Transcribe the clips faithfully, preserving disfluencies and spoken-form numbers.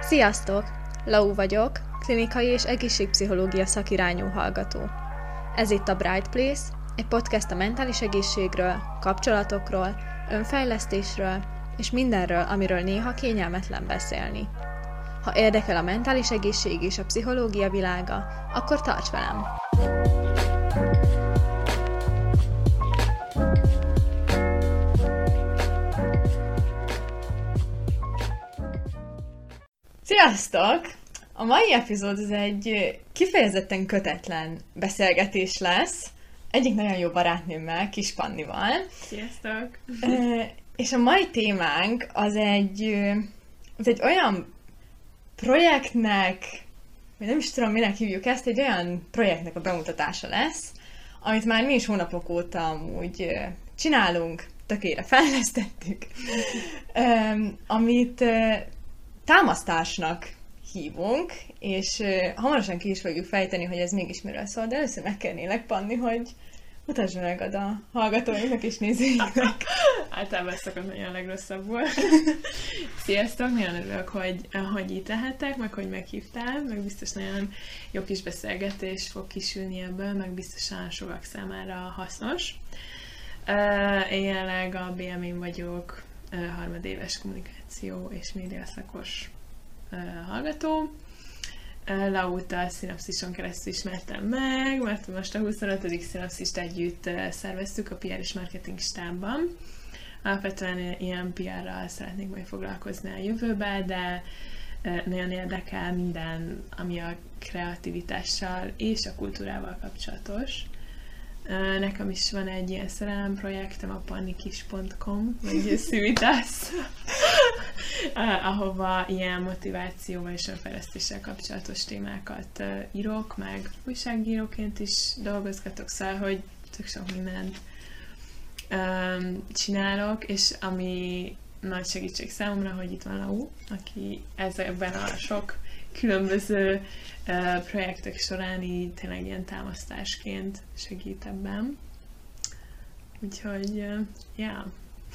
Sziasztok! Lau vagyok, klinikai és egészségpszichológia szakirányú hallgató. Ez itt a Bright Place, egy podcast a mentális egészségről, kapcsolatokról, önfejlesztésről és mindenről, amiről néha kényelmetlen beszélni. Ha érdekel a mentális egészség és a pszichológia világa, akkor tarts velem! Sziasztok! A mai epizód az egy kifejezetten kötetlen beszélgetés lesz. Egyik nagyon jó barátnőmmel, Kis Pannival. Sziasztok! És a mai témánk az egy, az egy olyan projektnek, vagy nem is tudom, minek hívjuk ezt, egy olyan projektnek a bemutatása lesz, amit már mi is hónapok óta amúgy csinálunk, tökére fejlesztettük, amit támasztásnak hívunk, és uh, hamarosan ki is fogjuk fejteni, hogy ez mégis miről szól, de először megkérnélek, Panni, hogy mutasd meg a hallgatóinknak és nézőinknek. Általában ez szokott nagyon a legrosszabbul. Sziasztok, nagyon örülök, hogy, hogy itt lehettek, meg hogy meghívtál, meg biztos nagyon jó kis beszélgetés fog kisülni ebből, meg biztosan sokak számára hasznos. Uh, én jelenleg a bé em én vagyok, uh, harmadéves kommunikáció és média szakos uh, hallgató. Uh, Laut a Szinapszison keresztül ismertem meg, mert most a huszonötödik Szinapszist együtt uh, szerveztük a pé er és marketing stábban. Alapvetően ilyen pé er-rel szeretnék majd foglalkozni a jövőben, de uh, nagyon érdekel minden, ami a kreativitással és a kultúrával kapcsolatos. Uh, nekem is van egy ilyen szerelem projektem, a pannikis pont com, vagy Civitas, uh, ahova ilyen motivációval és önfejlesztéssel kapcsolatos témákat uh, írok, meg újságíróként is dolgozgatok, szóval, hogy tök sok mindent um, csinálok, és ami nagy segítség számomra, hogy itt van Lau, aki ezekben a sok különböző uh, projektek során így tényleg ilyen támasztásként segít ebben. Úgyhogy, uh, yeah.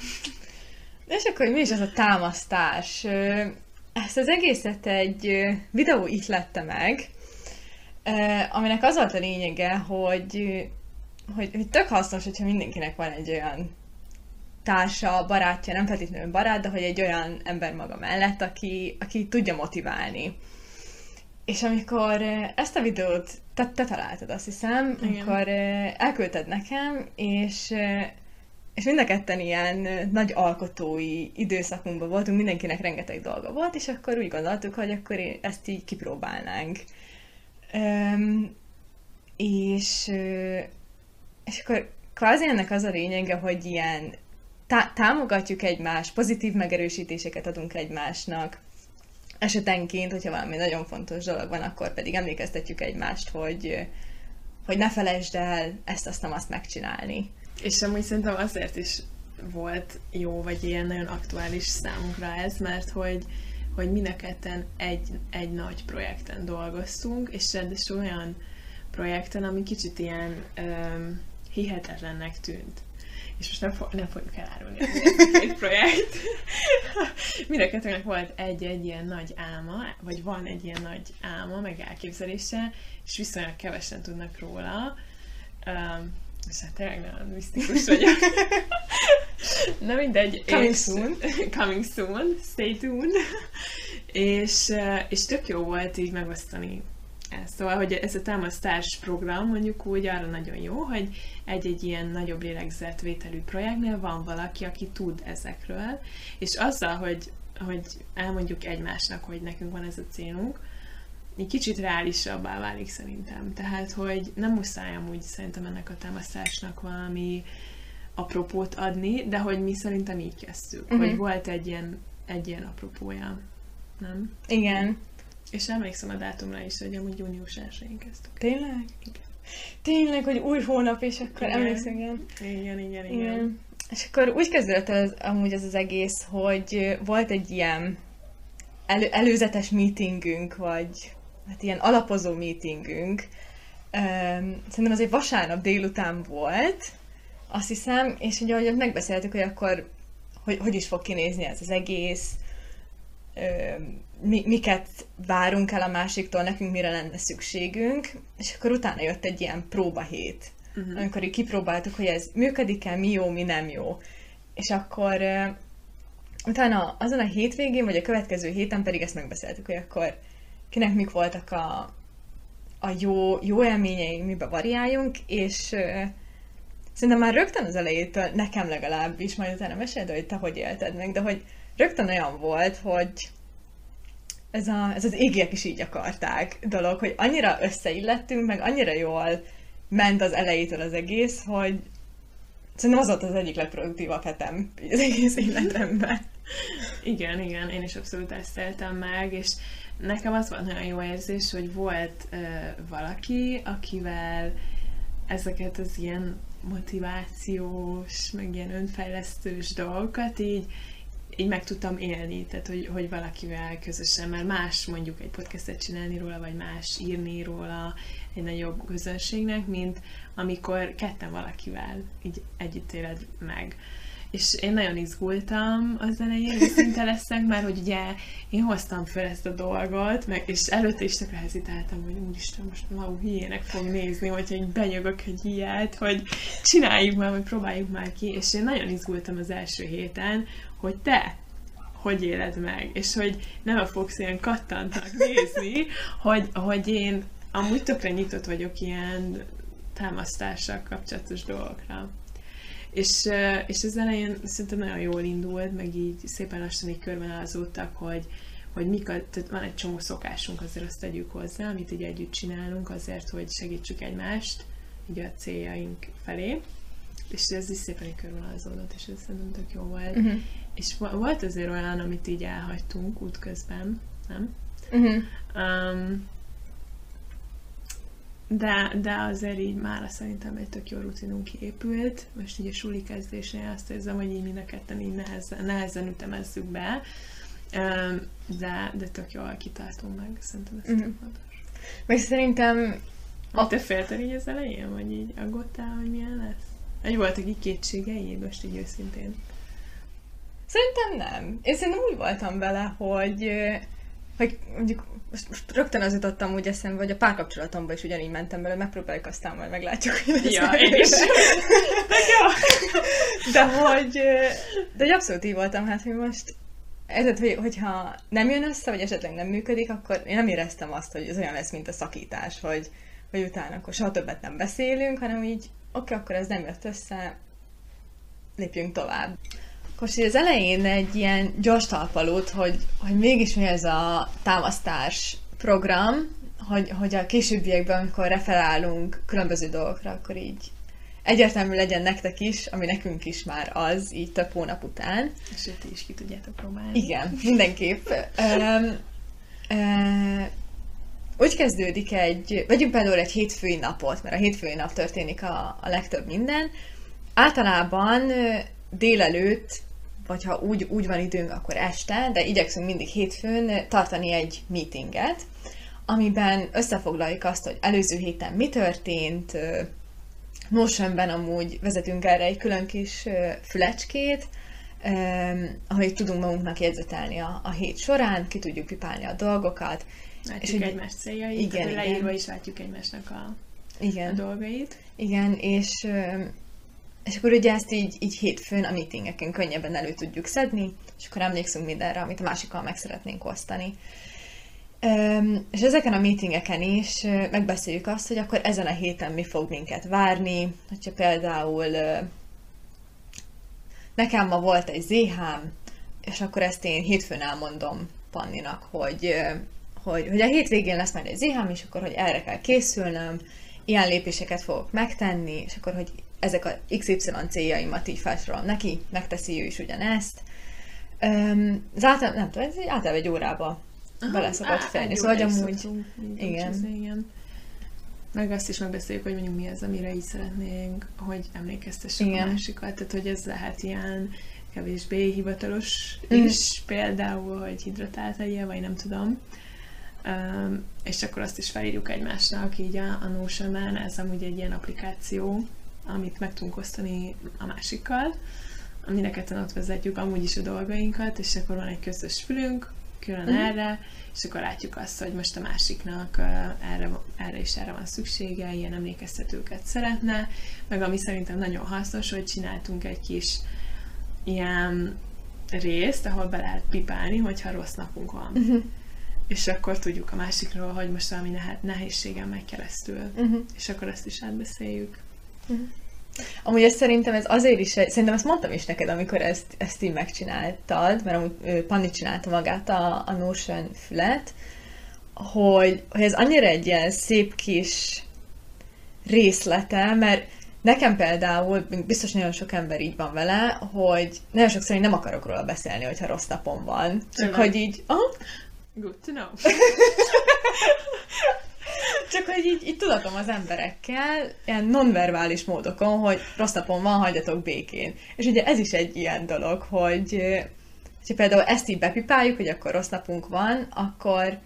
És akkor mi is az a támasztás? Ezt az egészet egy videó ihlette meg, aminek az volt a lényege, hogy, hogy, hogy tök hasznos, hogyha mindenkinek van egy olyan társa, barátja, nem feltétlenül barát, de hogy egy olyan ember maga mellett, aki, aki tudja motiválni. És amikor ezt a videót te, te találtad, azt hiszem, igen, amikor elküldted nekem, és, és mind a ketten ilyen nagy alkotói időszakunkban voltunk, mindenkinek rengeteg dolga volt, és akkor úgy gondoltuk, hogy akkor ezt így kipróbálnánk. Um, és, és akkor kvázi ennek az a lényege, hogy ilyen tá- támogatjuk egymást, pozitív megerősítéseket adunk egymásnak, esetenként, hogyha valami nagyon fontos dolog van, akkor pedig emlékeztetjük egymást, hogy, hogy ne felejtsd el ezt, azt, nem azt megcsinálni. És amúgy szerintem azért is volt jó, vagy ilyen nagyon aktuális számunkra ez, mert hogy, hogy mind a ketten egy, egy nagy projekten dolgoztunk, és rendesen olyan projekten, ami kicsit ilyen um, hihetetlennek tűnt. És most nem, fo- nem fogjuk elárulni, hogy ez a két projekt. Mind a kettőnek volt egy-egy ilyen nagy álma, vagy van egy ilyen nagy álma, meg elképzelése, és viszonylag kevesen tudnak róla. Um, és hát tényleg nagyon misztikus vagyok. Na mindegy. Coming és, soon. Coming soon. Stay tuned. és, és tök jó volt így megosztani ezt. Szóval, hogy ez a támasztás program mondjuk úgy arra nagyon jó, hogy egy-egy ilyen nagyobb lélegzetvételű projektnél van valaki, aki tud ezekről, és azzal, hogy, hogy elmondjuk egymásnak, hogy nekünk van ez a célunk, egy kicsit reálisabbá válik szerintem. Tehát, hogy nem muszáj amúgy szerintem ennek a támasztásnak valami apropót adni, de hogy mi szerintem így kezdtük, uh-huh. hogy volt egy ilyen, egy ilyen apropója, nem? Igen. És emlékszem a dátumra is, hogy amúgy június elsején kezdtük. Tényleg? Igen. Tényleg, hogy új hónap, és akkor igen. Emlékszem, igen. Igen, igen, igen. igen. És akkor úgy kezdődött az, amúgy ez az egész, hogy volt egy ilyen elő, előzetes meetingünk, vagy hát ilyen alapozó meetingünk. Um, szerintem az egy vasárnap délután volt, azt hiszem, és ugye, ahogy megbeszéltük, hogy akkor hogy, hogy is fog kinézni ez az egész, mi, miket várunk el a másiktól, nekünk mire lenne szükségünk, és akkor utána jött egy ilyen próbahét, uh-huh. amikor így kipróbáltuk, hogy ez működik-e, mi jó, mi nem jó. És akkor utána azon a hétvégén, vagy a következő héten pedig ezt megbeszéltük, hogy akkor kinek mik voltak a, a jó, jó élményeink, mibe variáljunk, és uh, szerintem már rögtön az elejétől, nekem legalábbis, majd utána meséld, hogy te hogy élted meg, de hogy rögtön olyan volt, hogy ez, a, ez az égiek is így akarták dolog, hogy annyira összeillettünk, meg annyira jól ment az elejétől az egész, hogy szerintem az volt az egyik legproduktívabb hetem az egész életemben. Igen, igen, én is abszolút ezt éltem meg, és nekem az volt nagyon jó érzés, hogy volt uh, valaki, akivel ezeket az ilyen motivációs, meg ilyen önfejlesztős dolgokat így, így meg tudtam élni, tehát hogy, hogy valakivel közösen, mert más mondjuk egy podcastet csinálni róla, vagy más írni róla egy nagyobb közönségnek, mint amikor ketten valakivel így együtt éled meg. És én nagyon izgultam az elején, őszinte leszek, mert hogy ugye én hoztam fel ezt a dolgot, meg, és előtte is tökre hezitáltam, hogy úristen, most ma hülyének fog nézni, hogyha így benyögök egy ilyet, hogy csináljuk már, vagy próbáljuk már ki, és én nagyon izgultam az első héten, hogy te hogy éled meg, és hogy nem fogsz ilyen kattantnak nézni, hogy, hogy én amúgy tökre nyitott vagyok ilyen támasztással kapcsolatos dolgokra. És, és az elején szerintem nagyon jól indult, meg így szépen lassan így körben alazódtak, hogy, hogy mik a, tehát van egy csomó szokásunk, azért azt tegyük hozzá, amit így együtt csinálunk azért, hogy segítsük egymást így a céljaink felé. És ez is szépen így körben alazódott, és ez szerintem tök jó volt. Uh-huh. És volt azért olyan, amit így elhagytunk útközben, nem? Uh-huh. Um, De, de azért így mára szerintem egy tök jó rutinunk kiépült. Most így a suli kezdésén azt érzem, hogy így mind a ketten így nehezen, nehezen ütemezzük be, de, de tök jól kitartunk meg. Szerintem ez mm. tök fontos. Meg szerintem... A... Te féltél így az elején, vagy így aggódtál, hogy milyen lesz? Vagy voltak így kétségei, most így őszintén? Szerintem nem. Én szerintem úgy voltam vele, hogy... hogy mondjuk most, most rögtön az jutottam úgy eszembe, hogy a párkapcsolatomban is ugyanígy mentem belőle, megpróbáljuk, aztán majd meglátjuk, hogy ja, én is. De hogy, de hogy abszolút így voltam, hát, hogy most ezért, hogy, hogyha nem jön össze, vagy esetleg nem működik, akkor én nem éreztem azt, hogy ez olyan lesz, mint a szakítás, hogy, hogy utána akkor soha többet nem beszélünk, hanem így, oké, okay, akkor ez nem jött össze, lépjünk tovább. Akkor az elején egy ilyen gyors talpalót, hogy, hogy mégis mi ez a támasztás program, hogy, hogy a későbbiekben, amikor referálunk különböző dolgokra, akkor így egyértelmű legyen nektek is, ami nekünk is már az, így több hónap után. És hogy ti is ki tudjátok próbálni. Igen, mindenképp. um, um, úgy kezdődik egy, vegyünk például egy hétfői napot, mert a hétfői nap történik a, a legtöbb minden. Általában délelőtt, vagy ha úgy, úgy van időnk, akkor este, de igyekszünk mindig hétfőn tartani egy meetinget, amiben összefoglaljuk azt, hogy előző héten mi történt. Notionben amúgy vezetünk erre egy külön kis fülecskét, ahogy tudunk magunknak jegyzetelni a, a hét során, ki tudjuk pipálni a dolgokat. Látjuk és egymás céljait, igen, igen. Leírva is látjuk egymásnak a, igen. a dolgait. Igen, és... És akkor ugye ezt így, így hétfőn a meetingeken könnyebben elő tudjuk szedni, és akkor emlékszünk mindenre, amit a másikkal meg szeretnénk osztani. Üm, és ezeken a meetingeken is megbeszéljük azt, hogy akkor ezen a héten mi fog minket várni, hogyha például nekem ma volt egy zé hám, és akkor ezt én hétfőn elmondom Panninak, hogy, hogy, hogy a hétvégén lesz majd egy zé hám, és akkor, hogy erre kell készülnöm, ilyen lépéseket fogok megtenni, és akkor, hogy ezek a iksz ipszilon céljaimat így felsorolom neki, megteszi ő is ugyanezt. Um, az általában, nem tudom, ez általában egy órába bele szokott félni. Szóval, hogy amúgy... Igen. igen. Meg azt is megbeszéljük, hogy mondjuk mi az, amire így szeretnénk, hogy emlékeztessük a másikat. Tehát, hogy ez lehet ilyen kevésbé hivatalos mm. is, például, hogy hidratált legyél, vagy nem tudom. Um, és akkor azt is felírjuk egymásnak, így a, a Notion-ben, ez amúgy egy ilyen applikáció, amit meg tudunk osztani a másikkal, aminek ketten ott vezetjük amúgy is a dolgainkat, és akkor van egy közös fülünk, külön uh-huh. erre, és akkor látjuk azt, hogy most a másiknak uh, erre, erre és erre van szüksége, ilyen emlékeztetőket szeretne, meg ami szerintem nagyon hasznos, hogy csináltunk egy kis ilyen részt, ahol be lehet pipálni, hogyha rossz napunk van. Uh-huh. És akkor tudjuk a másikról, hogy most valami nehézségen megy keresztül. Uh-huh. És akkor ezt is átbeszéljük. Uh-huh. Amúgy ezt szerintem ez azért is, szerintem ezt mondtam is neked, amikor ezt, ezt így megcsináltad, mert amúgy Panni csinálta magát a, a Notion fület, hogy, hogy ez annyira egy ilyen szép kis részlete, mert nekem például, biztos nagyon sok ember így van vele, hogy nagyon sokszor én nem akarok róla beszélni, hogyha rossz napom van. Csak hogy így... Aha. Good to know. Csak hogy így, így tudatom az emberekkel, ilyen nonverbális módokon, hogy rossz napom van, hagyjatok békén. És ugye ez is egy ilyen dolog, hogy ha például ezt így bepipáljuk, hogy akkor rossz napunk van, akkor,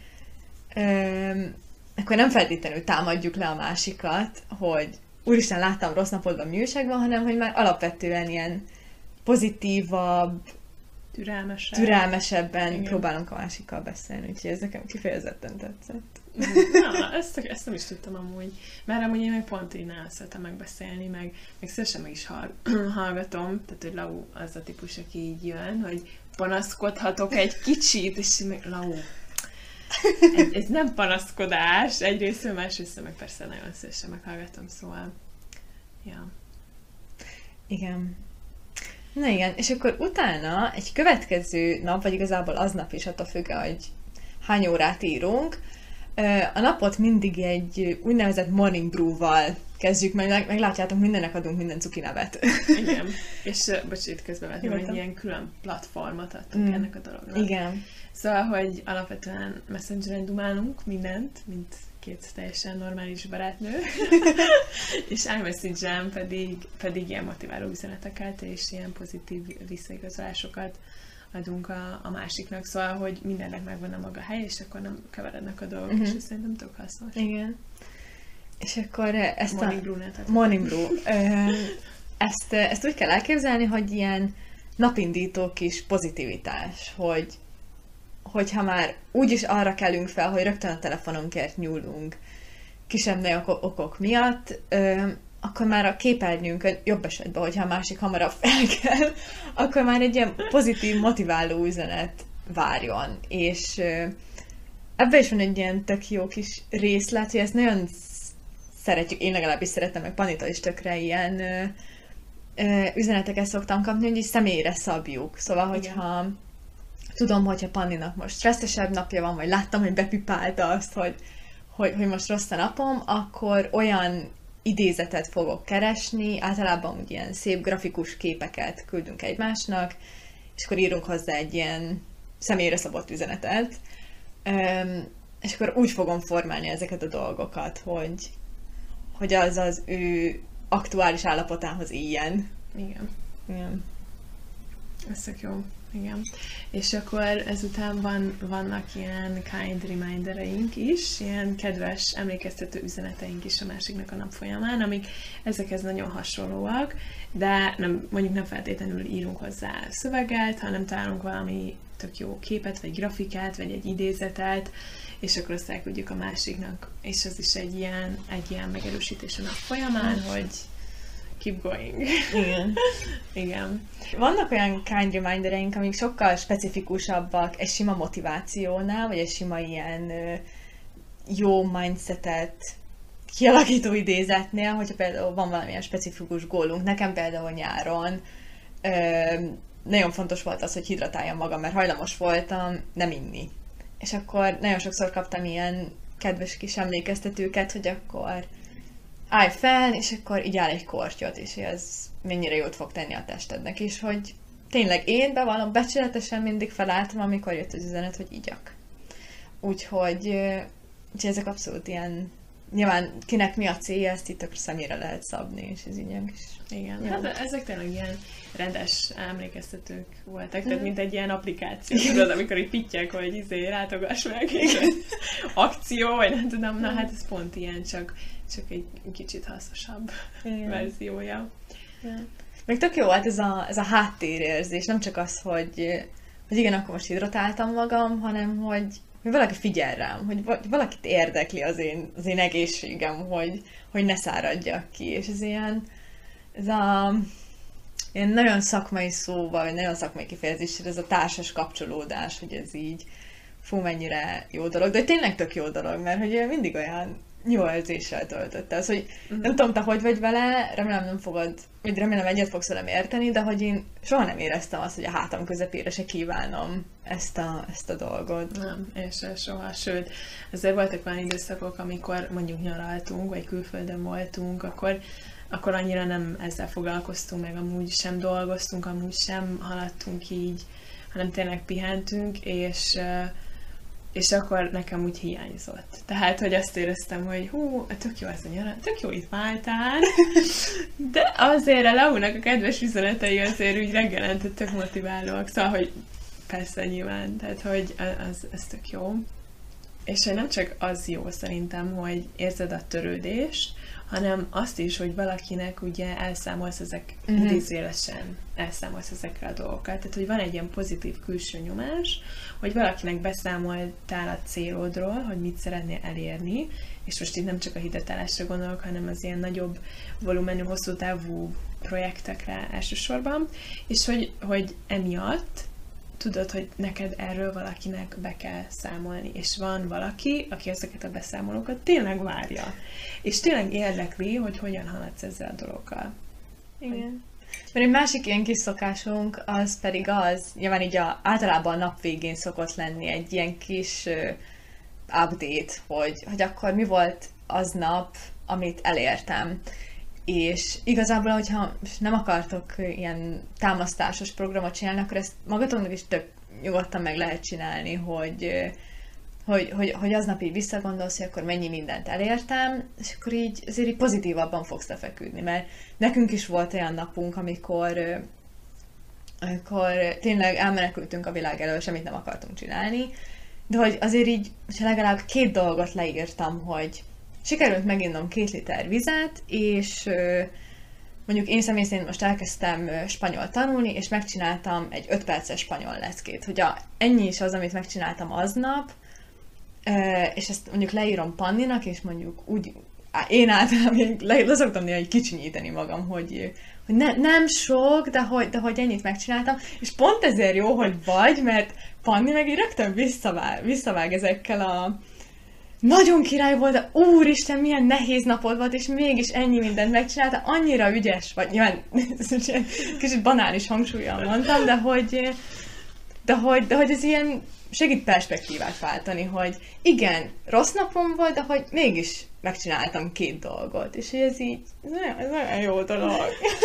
öm, akkor nem feltétlenül támadjuk le a másikat, hogy úristen, láttam rossz napodban, mi újság van, hanem hogy már alapvetően ilyen pozitívabb, Türelmesebb. türelmesebben Igen. próbálunk a másikkal beszélni, úgyhogy ez nekem kifejezetten tetszett. Na, ezt, ezt nem is tudtam amúgy. Mert amúgy én meg pont így nagyon szeretem megbeszélni, meg, meg szívesen meg is hallgatom, tehát hogy Lau az a típus, aki így jön, hogy panaszkodhatok egy kicsit, és én meg Lau, ez, ez nem panaszkodás, egyrészt, másrészt meg persze nagyon szívesen meghallgatom, szóval, ja. Igen. Na igen, és akkor utána egy következő nap, vagy igazából aznap is, attól függ, hogy hány órát írunk, a napot mindig egy úgynevezett morning brew-val kezdjük, meg, meg látjátok, mindennek adunk minden cuki nevet. Igen, és bocs, itt közben vettem, hogy ilyen külön platformot adtunk mm. ennek a dolognak. Igen. Szóval, hogy alapvetően Messengeren dumálunk mindent, mint két teljesen normális barátnő, és iMessage-en pedig, pedig ilyen motiváló üzeneteket és ilyen pozitív visszaigazolásokat adunk a, a másiknak, szóval, hogy mindennek megvan a maga hely, és akkor nem keverednek a dolgok, uh-huh. és ez szerintem tök hasznos. Igen. És akkor ezt Morning a... Brew-net. Morning Brew. ezt, ezt úgy kell elképzelni, hogy ilyen napindító kis pozitivitás, hogy hogyha már úgyis arra kelünk fel, hogy rögtön a telefonunkért nyúlunk kisebb okok miatt, ö, akkor már a képernyőnkön jobb esetben, hogyha a másik hamarabb felkel, akkor már egy ilyen pozitív, motiváló üzenet várjon. És ö, ebben is van egy ilyen tök jó kis részlet, hogy ezt nagyon szeretjük, én legalábbis szeretem, meg Panita is tökre ilyen ö, ö, üzeneteket szoktam kapni, hogy így személyre szabjuk. Szóval, hogyha igen. Tudom, hogyha Panninak most stresszesebb napja van, vagy láttam, hogy bepipálta azt, hogy, hogy, hogy most rossz a napom, akkor olyan idézetet fogok keresni, általában úgy ilyen szép grafikus képeket küldünk egymásnak, és akkor írunk hozzá egy ilyen személyre szabott üzenetet, és akkor úgy fogom formálni ezeket a dolgokat, hogy, hogy az az ő aktuális állapotához éljen. Igen. Igen. Ez tök jó. Igen. És akkor ezután van, vannak ilyen kind remindereink is, ilyen kedves emlékeztető üzeneteink is a másiknak a nap folyamán, amik ezekhez nagyon hasonlóak, de nem, mondjuk nem feltétlenül írunk hozzá szöveget, hanem találunk valami tök jó képet, vagy grafikát, vagy egy idézetet, és akkor azt elküldjük a másiknak. És ez is egy ilyen, egy ilyen megerősítés a nap folyamán, hogy keep going. Igen. Igen. Vannak olyan kind remindereink, amik sokkal specifikusabbak egy sima motivációnál, vagy egy sima ilyen ö, jó mindsetet kialakító idézetnél, hogyha például van valamilyen specifikus gólunk. Nekem például nyáron ö, nagyon fontos volt az, hogy hidratáljam magam, mert hajlamos voltam nem inni. És akkor nagyon sokszor kaptam ilyen kedves kis emlékeztetőket, hogy akkor állj fel, és akkor így áll egy kortyot, és ez mennyire jót fog tenni a testednek is, hogy tényleg én bevallom, becsületesen mindig felálltam, amikor jött az üzenet, hogy igyak. Úgyhogy, úgyhogy ezek abszolút ilyen, nyilván kinek mi a célja, ezt itt tökre személyre lehet szabni, és ez így ilyen kis... Igen, hát ezek tényleg ilyen rendes emlékeztetők voltak, tehát mint egy ilyen applikáció, tudod, amikor így pittyek, hogy izé, látogass meg, akció, vagy nem tudom, na hát ez pont ilyen, csak, csak egy kicsit hasznosabb igen. verziója. Igen. Még tök jó volt ez a, ez a háttérérzés, nem csak az, hogy, hogy igen, akkor most hidratáltam magam, hanem hogy, hogy valaki figyel rám, hogy valakit érdekli az én, az én egészségem, hogy, hogy ne száradjak ki, és ez ilyen, ez a ilyen nagyon szakmai szóval, vagy nagyon szakmai kifejezéssel, ez a társas kapcsolódás, hogy ez így, fú, mennyire jó dolog, de tényleg tök jó dolog, mert hogy mindig olyan jó érzéssel töltötte. Az, hogy uh-huh. nem tudom, te hogy vagy vele, remélem nem fogod, vagy remélem egyet fogsz velem érteni, de hogy én soha nem éreztem azt, hogy a hátam közepére se kívánom ezt a, ezt a dolgot. Nem, én sem soha, sőt, azért voltak olyan időszakok, amikor mondjuk nyaraltunk, vagy külföldön voltunk, akkor akkor annyira nem ezzel foglalkoztunk, meg amúgy sem dolgoztunk, amúgy sem haladtunk így, hanem tényleg pihentünk, és, és akkor nekem úgy hiányzott. Tehát, hogy azt éreztem, hogy hú, tök jó ez a nyarán, tök jó itt Máltán, de azért a Leónak a kedves üzenetei azért úgy reggelente tök motiválóak, szóval, hogy persze nyilván, tehát, hogy az, az tök jó. És nem csak az jó szerintem, hogy érzed a törődést, hanem azt is, hogy valakinek ugye elszámolsz ezek, uh-huh. idézőjelesen elszámolsz ezekre a dolgokat. Tehát, hogy van egy ilyen pozitív külső nyomás, hogy valakinek beszámoltál a célodról, hogy mit szeretnél elérni, és most itt nem csak a hidratálásra gondolok, hanem az ilyen nagyobb volumenű, hosszú távú projektekre elsősorban, és hogy, hogy emiatt tudod, hogy neked erről valakinek be kell számolni, és van valaki, aki ezeket a beszámolókat tényleg várja, és tényleg érdekli, hogy hogyan haladsz ezzel a dologgal. Igen. Mert egy másik ilyen kis szokásunk, az pedig az, nyilván így a, általában a nap végén szokott lenni egy ilyen kis uh, update, hogy, hogy akkor mi volt aznap, amit elértem. És igazából, hogyha nem akartok ilyen támasztásos programot csinálni, akkor ezt magatoknak is tök nyugodtan meg lehet csinálni, hogy, hogy, hogy, hogy aznap így visszagondolsz, hogy akkor mennyi mindent elértem, és akkor így azért így pozitívabban fogsz lefeküdni, mert nekünk is volt olyan napunk, amikor, amikor tényleg elmenekültünk a világ elől, semmit nem akartunk csinálni, de hogy azért így, hogyha legalább két dolgot leírtam, hogy sikerült meginnom két liter vizet, és mondjuk én személy szerint most elkezdtem spanyol tanulni, és megcsináltam egy öt perces spanyol leckét. Hogy a, ennyi is az, amit megcsináltam aznap, és ezt mondjuk leírom Panninak, és mondjuk úgy, én általában le, le szoktam néha kicsinyíteni magam, hogy, hogy ne, nem sok, de hogy, de hogy ennyit megcsináltam, és pont ezért jó, hogy vagy, mert Panni meg így rögtön visszavág, visszavág ezekkel a nagyon király volt, de úristen, milyen nehéz napod volt, és mégis ennyi mindent megcsinálta, annyira ügyes vagy, nyilván kicsit banális hangsúllyal mondtam, de hogy, de hogy, de hogy ez ilyen segít perspektívát váltani, hogy igen, rossz napom volt, de hogy mégis megcsináltam két dolgot, és ez így, ez nagyon, ez nagyon jó dolog.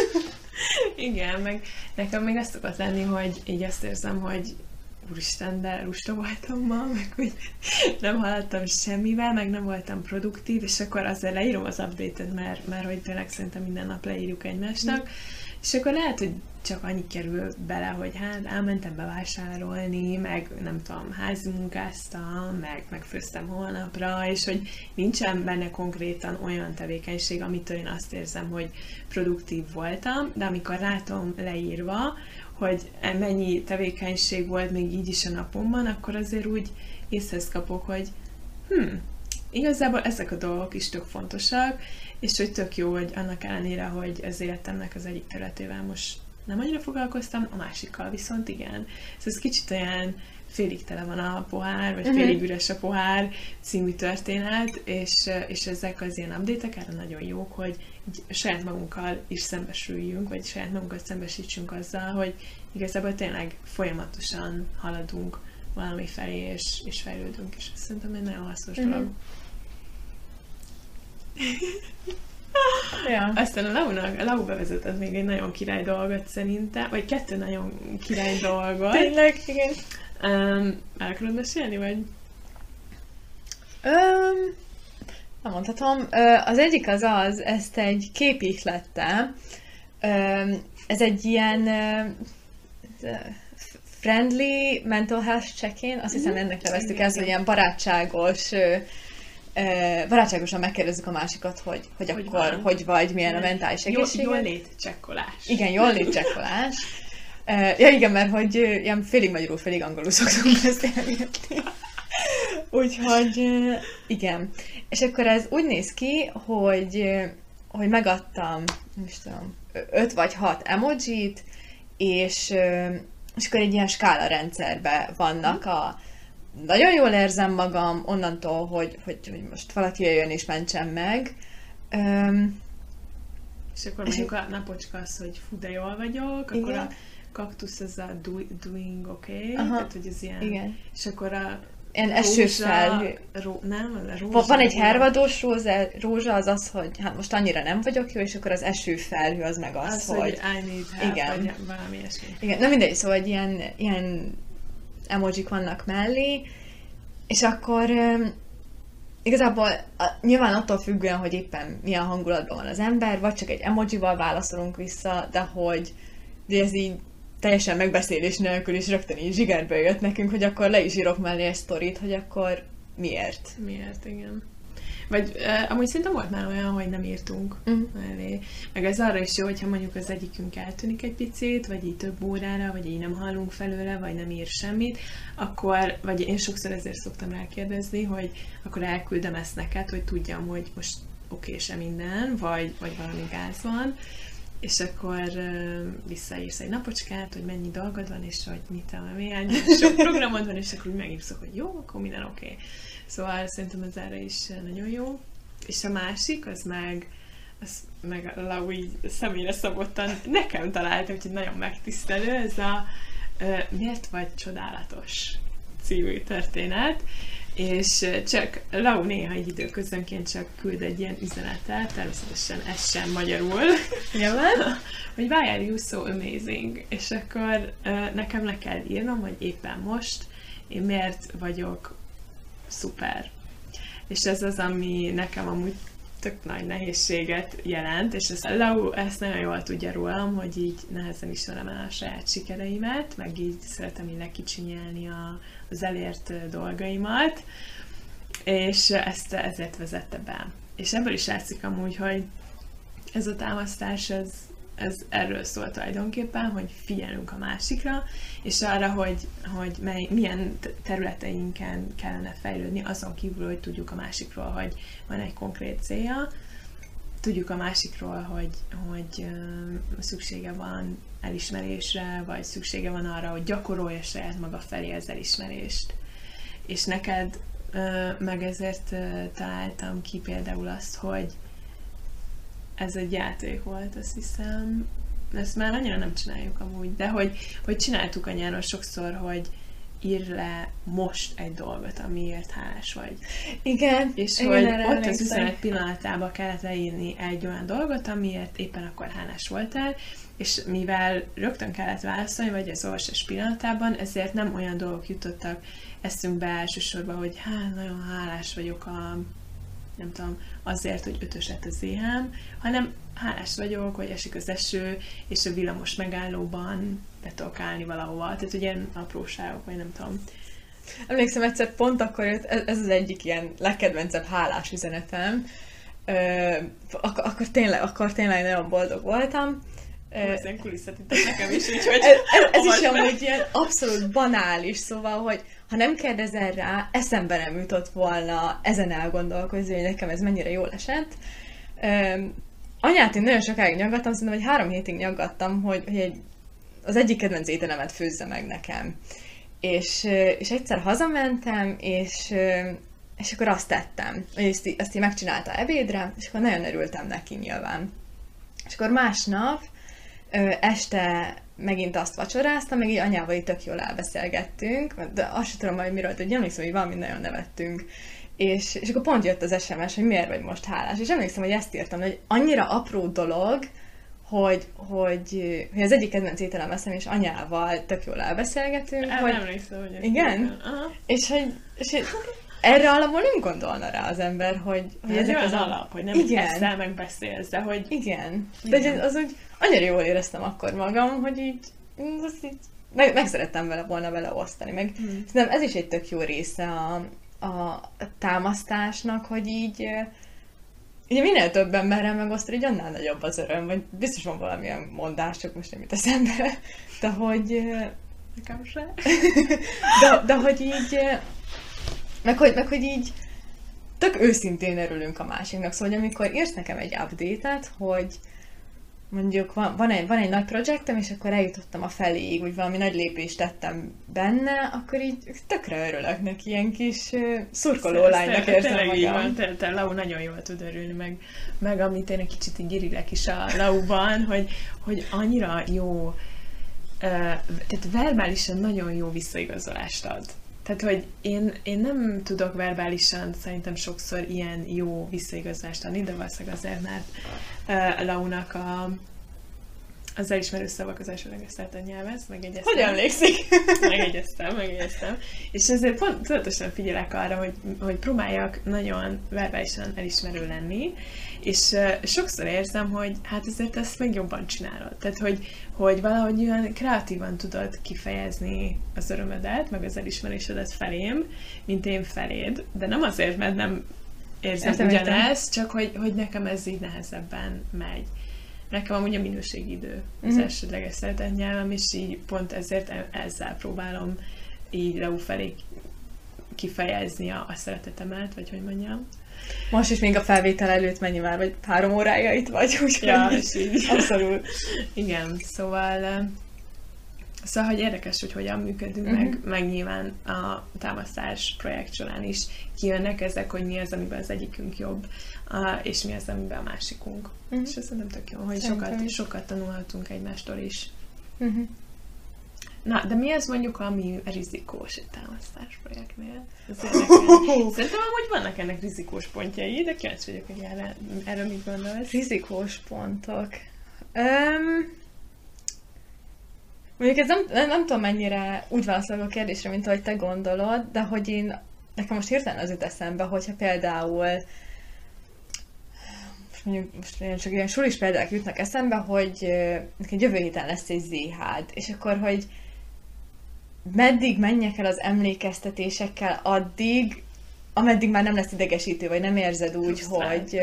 Igen, meg nekem még azt szokott lenni, hogy így azt érzem, hogy úristen, de lusta voltam ma, meg hogy nem haladtam semmivel, meg nem voltam produktív, és akkor azért leírom az update-et, mert, mert hogy tényleg szerintem minden nap leírjuk egymásnak, mm. és akkor lehet, hogy csak annyi kerül bele, hogy hát elmentem bevásárolni, meg nem tudom, házi munkáztam, meg, meg főztem holnapra, és hogy nincsen benne konkrétan olyan tevékenység, amitől én azt érzem, hogy produktív voltam, de amikor látom leírva, hogy mennyi tevékenység volt még így is a napomban, akkor azért úgy észhez kapok, hogy hm, igazából ezek a dolgok is tök fontosak, és hogy tök jó, hogy annak ellenére, hogy az életemnek az egyik területével most nem annyira foglalkoztam, a másikkal viszont igen. Szóval ez kicsit olyan félig tele van a pohár, vagy félig üres a pohár című történet, és, és ezek az ilyen update-ek erre nagyon jók, hogy így saját magunkkal is szembesüljünk, vagy saját magunkat szembesítsünk azzal, hogy igazából tényleg folyamatosan haladunk valami felé, és, és fejlődünk, és ez szerintem egy nagyon hasznos dolog. Mm-hmm. Ja. Aztán a Lau-nak, a Lau bevezetett még egy nagyon király dolgot szerintem, vagy kettő nagyon király dolgot. Tényleg, igen. Um, el akarod mesélni, vagy? Um, nem mondhatom. Uh, az egyik az az, ezt egy kép ihlette. Um, ez egy ilyen uh, friendly mental health check-in, azt hiszem ennek neveztük, ez ilyen barátságos, uh, barátságosan megkérdezzük a másikat, hogy, hogy, hogy akkor, van. Hogy vagy, milyen a mentális egészséged. Jól, jól létcsekkolás. Igen, jól létcsekkolás. Ja igen, mert hogy ilyen félig magyarul, félig angolul szoktunk beszélni. Úgyhogy igen. És akkor ez úgy néz ki, hogy, hogy megadtam, nem is tudom, öt vagy hat emojit, és, és akkor egy ilyen skála rendszerben vannak a nagyon jól érzem magam onnantól, hogy, hogy, hogy most valaki jöjjön és mentsen meg. Um, és akkor mondjuk a napocska az, hogy fú, de jól vagyok, igen. Akkor a kaktusz az a do, doing okay, tehát hogy az ilyen, igen. És akkor a ilyen esőfelhő. Ró, nem, a rózsa. Van egy hervadós rózsa, rózsa, az az, hogy hát most annyira nem vagyok jó, és akkor az esőfelhő az meg az, az hogy... hogy I need help, igen. Vagy valami ilyesmi. Igen, na mindegy, szóval egy ilyen, ilyen emojik vannak mellé, és akkor um, igazából a, nyilván attól függően, hogy éppen milyen hangulatban van az ember, vagy csak egy emojival válaszolunk vissza, de hogy de ez így teljesen megbeszélés nélkül is rögtön így zsigerbe jött nekünk, hogy akkor le is írok mellé egy sztorit, hogy akkor miért. Miért, igen. Vagy uh, amúgy szerintem volt már olyan, hogy nem írtunk uh-huh. mellé. Meg ez arra is jó, hogyha mondjuk az egyikünk eltűnik egy picit, vagy így több órára, vagy így nem hallunk felőle, vagy nem ír semmit, akkor, vagy én sokszor ezért szoktam rákérdezni, hogy akkor elküldem ezt neked, hogy tudjam, hogy most oké-e minden, vagy, vagy valami gáz van, és akkor uh, visszaírsz egy napocskát, hogy mennyi dolgod van, és hogy mit tudom, milyen sok programod van, és akkor úgy megírszok, hogy jó, akkor minden oké. Okay. Szóval szerintem ez erre is nagyon jó. És a másik, az meg, az meg Lau így személyre szabottan nekem találtam, úgyhogy nagyon megtisztelő, ez a uh, Miért vagy csodálatos című történet. És csak Lau néha egy időközönként csak küld egy ilyen üzenetet, természetesen ez sem magyarul, hogy why are you so amazing? És akkor uh, nekem le kell írnom, hogy éppen most én miért vagyok szuper. És ez az, ami nekem amúgy tök nagy nehézséget jelent, és ezt, Lau ezt nagyon jól tudja rólam, hogy így nehezen ismerem el a saját sikereimet, meg így szeretem így lekicsinyelni a, az elért dolgaimat, és ezt ezért vezette be. És ebből is látszik amúgy, hogy ez a támasztás, ez, ez erről szól tulajdonképpen, hogy figyelünk a másikra, és arra, hogy, hogy mely, milyen területeinken kellene fejlődni, azon kívül, hogy tudjuk a másikról, hogy van egy konkrét célja, tudjuk a másikról, hogy, hogy uh, szüksége van elismerésre, vagy szüksége van arra, hogy gyakorolja saját maga felé az elismerést. És neked uh, meg ezért uh, találtam ki például azt, hogy ez egy játék volt, azt hiszem. Ezt már annyira nem csináljuk amúgy, de hogy, hogy csináltuk a nyáron sokszor, hogy ír le most egy dolgot, amiért hálás vagy. Igen. És igen, hogy ott emlékszem. az üzenet pillanatában kellett leírni egy olyan dolgot, amiért éppen akkor hálás voltál, és mivel rögtön kellett válaszolni, vagy az olvasás pillanatában, ezért nem olyan dolgok jutottak eszünkbe elsősorban, hogy hát nagyon hálás vagyok a nem tudom, azért, hogy ötös lett az éhám, hanem hálás vagyok, hogy esik az eső, és a villamos megállóban be tudok állni valahova. Tehát ugye ilyen apróságok, vagy nem tudom. Emlékszem, egyszer pont akkor jött, ez az egyik ilyen legkedvencebb hálás üzenetem, Ö, ak- akkor, tényleg, akkor tényleg nagyon boldog voltam. Ez ilyen kulisszatitok nekem is, úgyhogy... Ez, ez, ez is amúgy ilyen abszolút banális, szóval, hogy ha nem kérdezel rá, eszembe nem jutott volna ezen elgondolkozni, hogy nekem ez mennyire jól esett. Üm, anyát én nagyon sokáig nyaggattam, szerintem, hogy három hétig nyaggattam, hogy, hogy egy, az egyik kedvenc ételemet főzze meg nekem. És, és egyszer hazamentem, és, és akkor azt tettem, hogy ezt, ezt így megcsinálta ebédre, és akkor nagyon örültem neki nyilván. És akkor másnap este megint azt vacsoráztam, meg így anyával így tök jól elbeszélgettünk, de azt sem tudom, hogy miről, hogy emlékszem, hogy valami nagyon nevettünk. És, és akkor pont jött az es em es, hogy miért vagy most hálás. És emlékszem, hogy ezt írtam, hogy annyira apró dolog, hogy, hogy, hogy az egyik kedvenc ételem eszem, és anyával tök jól elbeszélgetünk. El hogy... emlékszem, hogy igen? És hogy, és hogy erre alapból nem gondolna rá az ember, hogy, hogy ez ezek az az alap, hogy nem ezzel megbeszélsz, de hogy... Igen. De igen. Az úgy annyira jól éreztem akkor magam, hogy így, azt így meg, meg szerettem vele volna vele osztani. Meg hmm. szerintem ez is egy tök jó része a, a támasztásnak, hogy így ugye minél több emberrel megosztod, így annál nagyobb az öröm, vagy biztos van valamilyen mondás, csak most nem jut eszembe, de hogy... Nekem se. De, de hogy így... Meg hogy, meg hogy így tök őszintén örülünk a másiknak. Szóval, hogy amikor írsz nekem egy update-et, hogy mondjuk van, van, egy, van egy nagy projektem, és akkor eljutottam a feléig, úgy valami nagy lépést tettem benne, akkor így tökre örülök neki, ilyen kis uh, szurkoló lánynak érzem magam. Te, te Lau nagyon jól tud örülni, meg, meg amit én egy kicsit így irilek is a Lauban, hogy, hogy annyira jó, uh, tehát verbálisan nagyon jó visszaigazolást ad. Tehát, hogy én, én nem tudok verbálisan szerintem sokszor ilyen jó visszaigazolást adni, de valószínűleg azért, mert uh, Launak a, az elismerő szavak az elsőleges szeretett nyelv, ezt megegyeztem. Hogy emlékszik? Megegyeztem, megegyeztem. És ezért pont tudatosan figyelek arra, hogy, hogy próbáljak nagyon verbálisan elismerő lenni, és uh, sokszor érzem, hogy hát ezért ezt meg jobban csinálod. Tehát, hogy, hogy valahogy olyan kreatívan tudod kifejezni az örömödet, meg az elismerésedet felém, mint én feléd, de nem azért, mert nem érzem Értem, ugyanezt, csak hogy, hogy nekem ez így nehezebben megy. Nekem amúgy a minőségi idő az mm-hmm. elsődleges szeretett nyelvem, és így pont ezért ezzel próbálom így Lau felé kifejezni a, a szeretetemet, vagy hogy mondjam. Most is még a felvétel előtt mennyi már, vagy három órája itt vagy, úgyhogy ja, és így. Abszolút. Igen, szóval szóval, hogy érdekes, hogy hogyan működünk, uh-huh. meg, meg nyilván a támasztás projekt során is kijönnek ezek, hogy mi az, amiben az egyikünk jobb, és mi az, amiben a másikunk. Uh-huh. És ez szerintem tök jó, hogy sokat, sokat tanulhatunk egymástól is. Uh-huh. Na, de mi az mondjuk, ami rizikós egy támasztás projektnél? Szerintem amúgy vannak ennek rizikós pontjai, de kíváncsi vagyok, hogy erre, erre mit gondolsz? Rizikós pontok. Um, mondjuk ez nem, nem, nem tudom mennyire úgy válaszolok a kérdésre, mint ahogy te gondolod, de hogy én, nekem most hirtelen az jut eszembe, hogyha például mondjuk most csak ilyen sulis példák jutnak eszembe, hogy neked jövő héten lesz egy zé há d, és akkor, hogy meddig menjek el az emlékeztetésekkel addig, ameddig már nem lesz idegesítő, vagy nem érzed úgy, Frusztrál, hogy...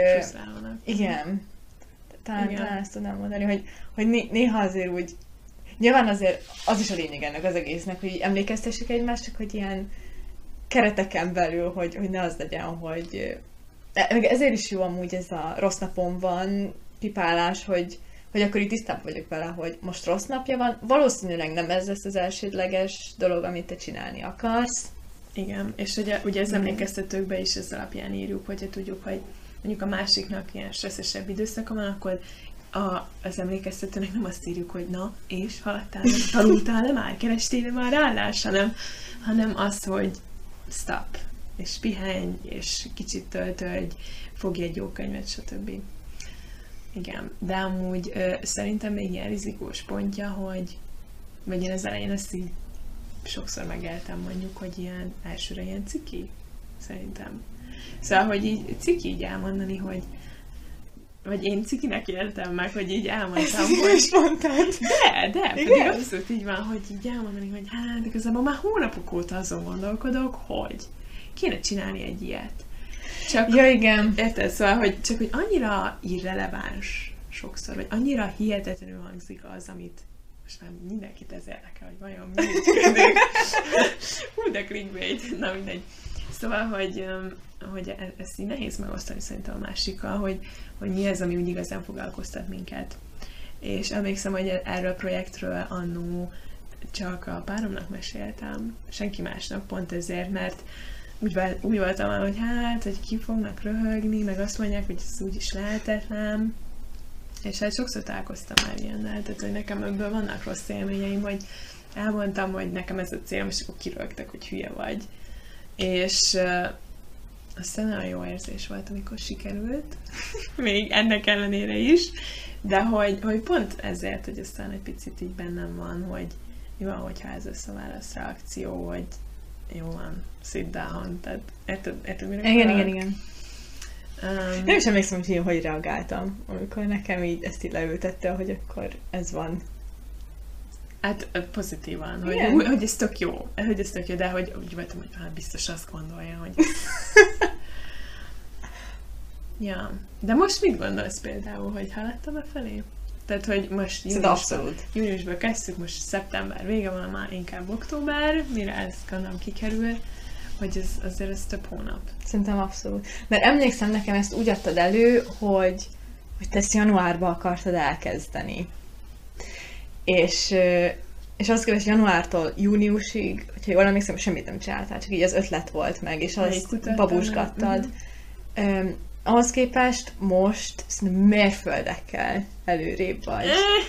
Igen. Talán, igen. talán ezt tudnám mondani, hogy, hogy né- néha azért úgy... Nyilván azért az is a lényeg ennek az egésznek, hogy emlékeztessük egymást, csak hogy ilyen kereteken belül, hogy, hogy ne az legyen, hogy... Meg ezért is jó amúgy ez a rossz napon van pipálás, hogy, hogy akkor itt tisztában vagyok vele, hogy most rossz napja van. Valószínűleg nem ez lesz az elsődleges dolog, amit te csinálni akarsz. Igen, és ugye, ugye az emlékeztetőkben is ez alapján írjuk, hogyha tudjuk, hogy mondjuk a másiknak ilyen stresszesebb időszaka van, akkor a, az emlékeztetőnek nem azt írjuk, hogy na, és haladtál, tanultál-e már, kerestél-e már állás, hanem, hanem az, hogy stop, és pihenj, és kicsit töltődj, fogj egy jó könyvet, stb. Igen, de amúgy ö, szerintem még ilyen rizikós pontja, hogy vagy én az elején ezt így sokszor megéltem mondjuk, hogy ilyen elsőre ilyen ciki, szerintem. Szóval, hogy így ciki így elmondani, hogy vagy én cikinek éltem meg, hogy így elmondtam, hogy... is mondtad. De, de, pedig abszolút így van, hogy így elmondani, hogy hát igazából már hónapok óta azon gondolkodok, hogy kéne csinálni egy ilyet. Csak, ja, igen. Érted? Szóval, hogy csak hogy annyira irreleváns sokszor, vagy annyira hihetetlenül hangzik az, amit most már mindenkit ez érdekel, hogy vajon mi működik. Hú, de clickbait. Na mindegy. Szóval, hogy, hogy ezt így nehéz megosztani szerintem a másikkal, hogy, hogy mi az, ami úgy igazán foglalkoztat minket. És emlékszem, hogy erről a projektről annó csak a páromnak meséltem, senki másnak, pont ezért, mert úgy, úgy voltam, hogy hát, hogy ki fognak röhögni, meg azt mondják, hogy ez úgyis lehetetlen. És hát sokszor találkoztam már ilyennel, tehát hogy nekem ebből vannak rossz élményeim, hogy elmondtam, hogy nekem ez a célom, és akkor kirögtek, hogy hülye vagy. És uh, aztán nagyon jó érzés volt, amikor sikerült, még ennek ellenére is, de hogy, hogy pont ezért, hogy aztán egy picit így bennem van, hogy mi van, hogyha ez lesz a válaszreakció, hogy jó van, sit down, tehát érted, érted mire igen, igen, igen. Um, nem is emlékszem, hogy én hogy reagáltam, amikor nekem így ezt így leültette, hogy akkor ez van. Hát pozitívan, hogy, hogy ez tök jó, hogy ez tök jó, de hogy úgy voltam, hogy hát biztos azt gondolja, hogy Ja. De most mit gondolsz például, hogy haladtam a felé? Tehát, hogy most júniusban, júniusban kezdtük, most szeptember vége van, már inkább október, mire ez gondolom kikerül, hogy ez azért ez több hónap. Szerintem abszolút. Mert emlékszem, nekem ezt úgy adtad elő, hogy, hogy te ezt januárban akartad elkezdeni. És, és azt képest januártól júniusig, hogyha jól emlékszem, semmit nem csináltál, csak így az ötlet volt meg, és azt babusgattad. Uh-huh. Ahhoz képest most mérföldekkel előrébb vagy.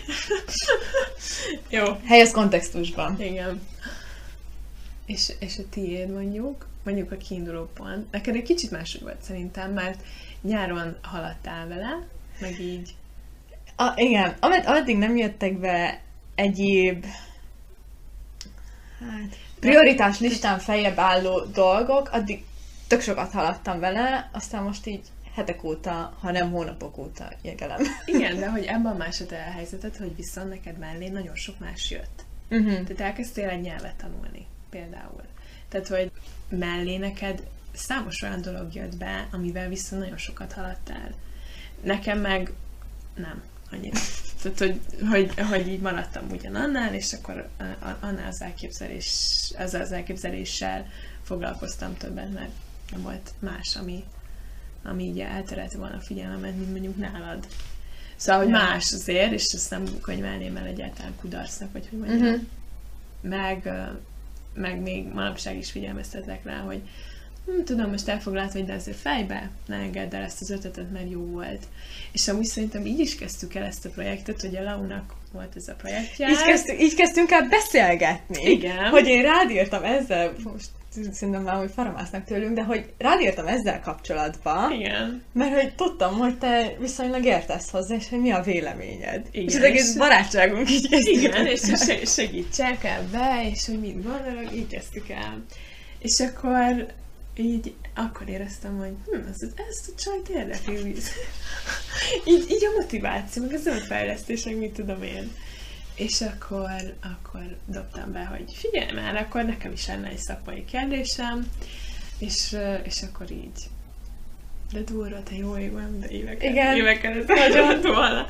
Jó. Helyez kontextusban. Igen. És, és a tiéd mondjuk, mondjuk a kiinduló pont. Neked egy kicsit máshogy volt szerintem, mert nyáron haladtál vele, meg így. A, igen, amed, addig nem jöttek be egyéb hát, prioritás listán feljebb álló dolgok, addig tök sokat haladtam vele, aztán most így hetek óta, ha nem hónapok óta jegelem. Igen, de hogy ebben más a te helyzeted, hogy viszont neked mellé nagyon sok más jött. Uh-huh. Tehát elkezdtél egy nyelvet tanulni, például. Tehát, hogy mellé neked számos olyan dolog jött be, amivel viszont nagyon sokat haladtál. Nekem meg nem, annyira. Tehát, hogy, hogy, hogy így maradtam ugyanannál, és akkor annál az elképzelés, ezzel az elképzeléssel foglalkoztam többet, mert nem volt más, ami, ami így elterelte volna a figyelmemet, mint mondjuk nálad. Szóval, hogy más azért, és ezt nem könyvelném el egyáltalán kudarcnak, vagy hogy mondjam. Uh-huh. Meg, meg még manapság is figyelmeztetek rá, hogy hm, tudom, most elfoglalt vagy, de azért fejbe ne engedd el ezt az ötletet, mert jó volt. És amúgy szerintem így is kezdtük el ezt a projektet, hogy a Launak volt ez a projektje. Így kezdtünk, így kezdtünk el beszélgetni. Igen. Hogy én rád írtam ezzel, most szerintem már úgy faramásznak tőlünk, de hogy rád írtam ezzel kapcsolatba. Igen. Mert hogy tudtam, hogy te viszonylag értesz hozzá, és hogy mi a véleményed. Igen, és az egész és barátságunk így kezdtük. Igen, és segítsek ebbe, és hogy mit gondolok, így kezdtük el. És akkor így, akkor éreztem, hogy hm, ezt, ezt a csajt érdekli. így, így a motiváció, meg az önfejlesztés, meg mit tudom én. És akkor, akkor dobtam be, hogy figyelj már, akkor nekem is lenne egy szakmai kérdésem, és, és akkor így. De durva, te jó ég van, de évekkel, igen, évekkel ez nagyon durva.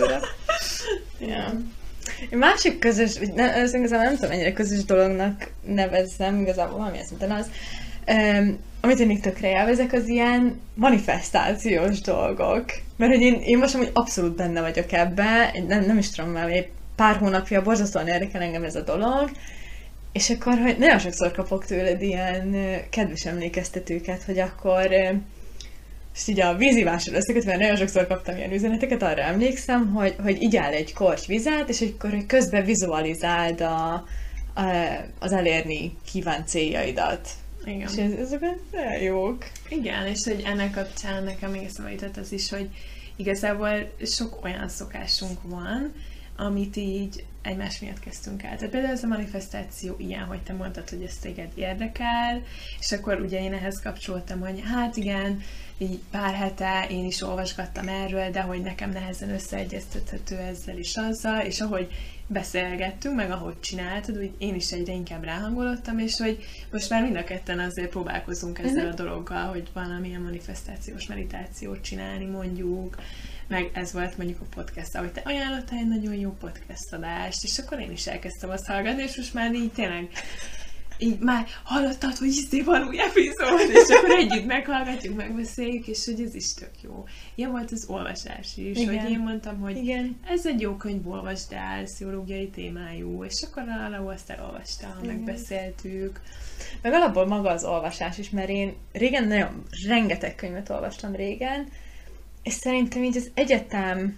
Ja. Egy másik közös, ez igazából nem tudom, ennyire közös dolognak nevezzem, igazából valamilyen szinten az, um, amit én még tökre élvezek, az ilyen manifestációs dolgok. Mert hogy én, én most amúgy abszolút benne vagyok ebbe, nem, nem is tudom már, épp pár hónapja borzasztóan érdekel engem ez a dolog, és akkor hogy nagyon sokszor kapok tőled ilyen kedves emlékeztetőket, hogy akkor és így a vízivásról összekötve, nagyon sokszor kaptam ilyen üzeneteket, arra emlékszem, hogy, hogy igyál egy korty vizet, és akkor közben vizualizáld a, a, az elérni kívánt céljaidat. Igen. És ez, ezek nagyon jók. Igen, és hogy ennek kapcsán nekem még eszembe jutott az is, hogy igazából sok olyan szokásunk van, amit így egymás miatt kezdtünk el. Tehát például ez a manifestáció ilyen, hogy te mondtad, hogy ez téged érdekel, és akkor ugye én ehhez kapcsoltam, hogy hát igen, így pár hete én is olvasgattam erről, de hogy nekem nehezen összeegyeztethető ezzel és azzal, és ahogy beszélgettünk, meg ahogy csináltad, úgy én is egyre inkább ráhangolottam, és hogy most már mind a ketten azért próbálkozunk ezzel uh-huh. a dologgal, hogy valamilyen manifestációs meditációt csinálni mondjuk, meg ez volt mondjuk a podcast, ahogy te ajánlottál egy nagyon jó podcast adást, és akkor én is elkezdtem azt hallgatni, és most már így tényleg így már hallottad, hogy iszé van új epizód, és akkor együtt meghallgatjuk, megbeszéljük, és hogy ez is tök jó. Ilyen volt az olvasás is, igen. Hogy én mondtam, hogy igen. Ez egy jó könyv, olvasd el, pszichológiai témájú, és akkor alapból azt elolvastam, igen. Megbeszéltük. Meg alapból maga az olvasás is, mert én régen nagyon rengeteg könyvet olvastam régen, és szerintem így az egyetem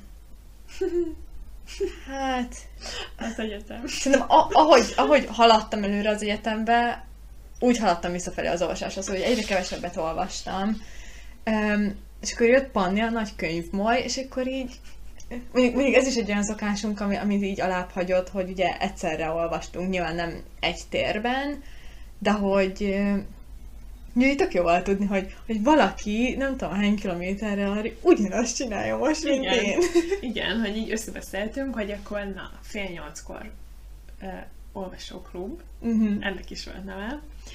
hát... Az egyetem. Szerintem ahogy, ahogy haladtam előre az egyetembe, úgy haladtam visszafelé az olvasáshoz, hogy egyre kevesebbet olvastam. Um, és akkor jött Panni, a nagy könyvmoly, és akkor így... Mondjuk, mondjuk ez is egy olyan szokásunk, ami, amit így alább hagyott, hogy ugye egyszerre olvastunk, nyilván nem egy térben, de hogy... Ugye tök jó volt tudni, hogy, hogy valaki, nem tudom hány kilométerrel ugyanazt csinálja most, mint igen. én. Igen, hogy így összebeszéltünk, hogy akkor na, fél nyolckor uh, olvasóklub, uh-huh. ennek is volt neve,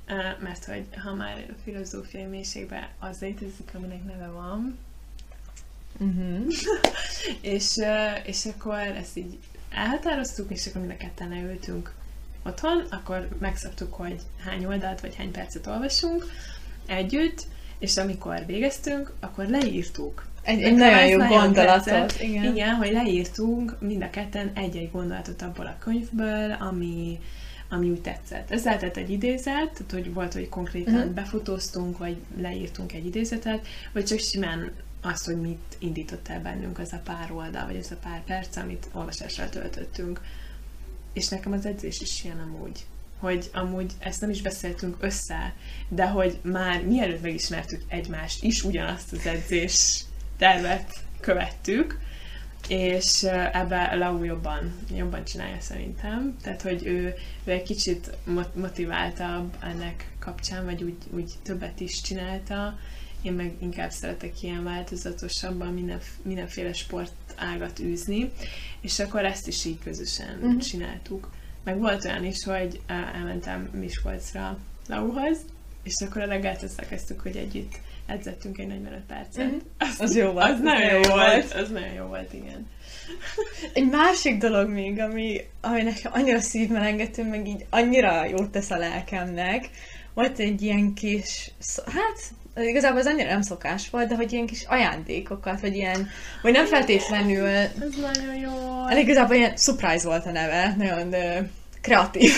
mert hogy ha már a filozófiai mélységben az létezik, aminek neve van, Uh-huh. és, és akkor ezt így elhatároztuk, és akkor mind a ketten leültünk otthon, akkor megszabtuk, hogy hány oldalt vagy hány percet olvasunk együtt, és amikor végeztünk, akkor leírtuk. Egy, egy nagyon jó nagyon gondolatot. tetszett. Igen. Igen, hogy leírtunk mind a ketten egy-egy gondolatot abból a könyvből, ami, ami úgy tetszett. Ez lehetett egy idézet, tehát hogy volt, hogy konkrétan uh-huh. befotóztunk, vagy leírtunk egy idézetet, vagy csak simán azt, hogy mit indított el bennünk az a pár oldal, vagy az a pár perc, amit olvasással töltöttünk. És nekem az edzés is ilyen amúgy, hogy amúgy ezt nem is beszéltünk össze, de hogy már mielőtt megismertük egymást is, ugyanazt az edzés tervet követtük, és ebben Lau jobban, jobban csinálja szerintem. Tehát, hogy ő, ő egy kicsit motiváltabb ennek kapcsán, vagy úgy, úgy többet is csinálta. Én meg inkább szeretek ilyen változatosabban minden, mindenféle sportágat űzni, és akkor ezt is így közösen uh-huh. csináltuk. Meg volt olyan is, hogy elmentem Miskolcra Lauhoz, és akkor a reggelt összekezdtük, hogy együtt edzettünk egy negyvenöt percet. Uh-huh. Az, az jó volt. Az nagyon jó volt. Az nagyon jó volt, igen. Egy másik dolog még, ami, ami nekem annyira szívmelengető, meg így annyira jót tesz a lelkemnek, volt egy ilyen kis, hát igazából az annyira nem szokás volt, de hogy ilyen kis ajándékokat, vagy ilyen, vagy nem feltétlenül... Ez nagyon jó. Elég igazából ilyen surprise volt a neve, nagyon uh, kreatív.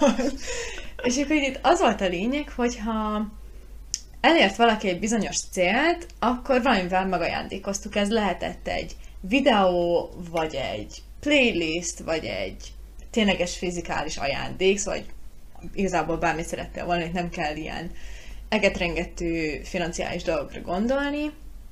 És akkor itt az volt a lényeg, hogyha elért valaki egy bizonyos célt, akkor valamivel megajándékoztuk. Ez lehetett egy videó, vagy egy playlist, vagy egy tényleges fizikális ajándék, szóval igazából bármit szerettél volna, hogy nem kell ilyen egetrengető financiális dolgokra gondolni.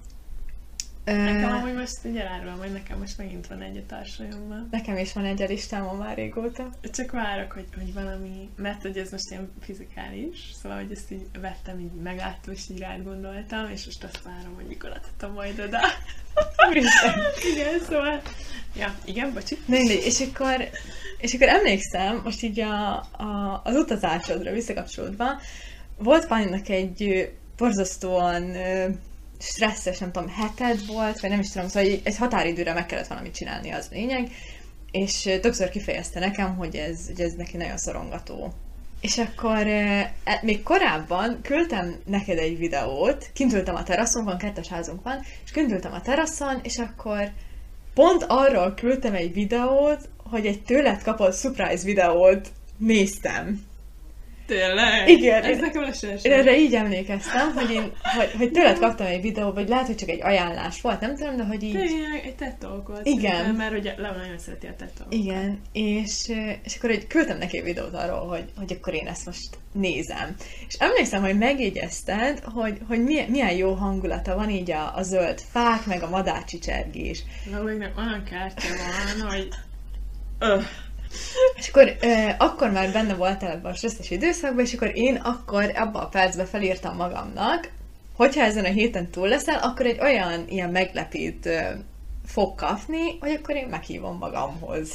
Nekem amúgy most így elárulom, hogy nekem most megint van egy a társadalomban. Nekem is van egy a listámon már régóta. Csak várok, hogy, hogy valami, mert hogy ez most ilyen fizikális, szóval hogy ezt így vettem, így megláttam, és így rád gondoltam, és most azt várom, hogy mikor adhatom majd oda. Igen, szóval... Ja, igen, bocsi. Mindegy, és akkor, és akkor emlékszem, most így a, a, az utazásodra visszakapcsolódva, volt Páninak egy borzasztóan stresszes, nem tudom, heted volt, vagy nem is tudom, szóval egy határidőre meg kellett valamit csinálni, az lényeg, és többször kifejezte nekem, hogy ez, hogy ez neki nagyon szorongató. És akkor e, még korábban küldtem neked egy videót, kint ültem a teraszon, van kettes házunk van, és kint ültem a teraszon, és akkor pont arról küldtem egy videót, hogy egy tőled kapott surprise videót néztem. Tényleg? Igen. Ez nekem lesz sem. Én erre így emlékeztem, hogy én hogy, hogy tőled kaptam egy videó, vagy lehet, hogy csak egy ajánlás volt, nem tudom, de hogy így... Tényleg, egy TED Talk volt. Igen. Mert hogy Leo nagyon szereti a TED Talk. Igen, és, és akkor egy, küldtem neki egy videót arról, hogy, hogy akkor én ezt most nézem. És emlékszem, hogy megjegyezted, hogy, hogy milyen, milyen jó hangulata van így a, a zöld fák, meg a madárcsicsergés. Leóiknak olyan kártya van, hogy... Öh. És akkor, eh, akkor már benne voltál ebben a stresszes időszakban, és akkor én akkor abban a percben felírtam magamnak, hogyha ezen a héten túl leszel, akkor egy olyan ilyen meglepít eh, fog kapni, hogy akkor én meghívom magamhoz.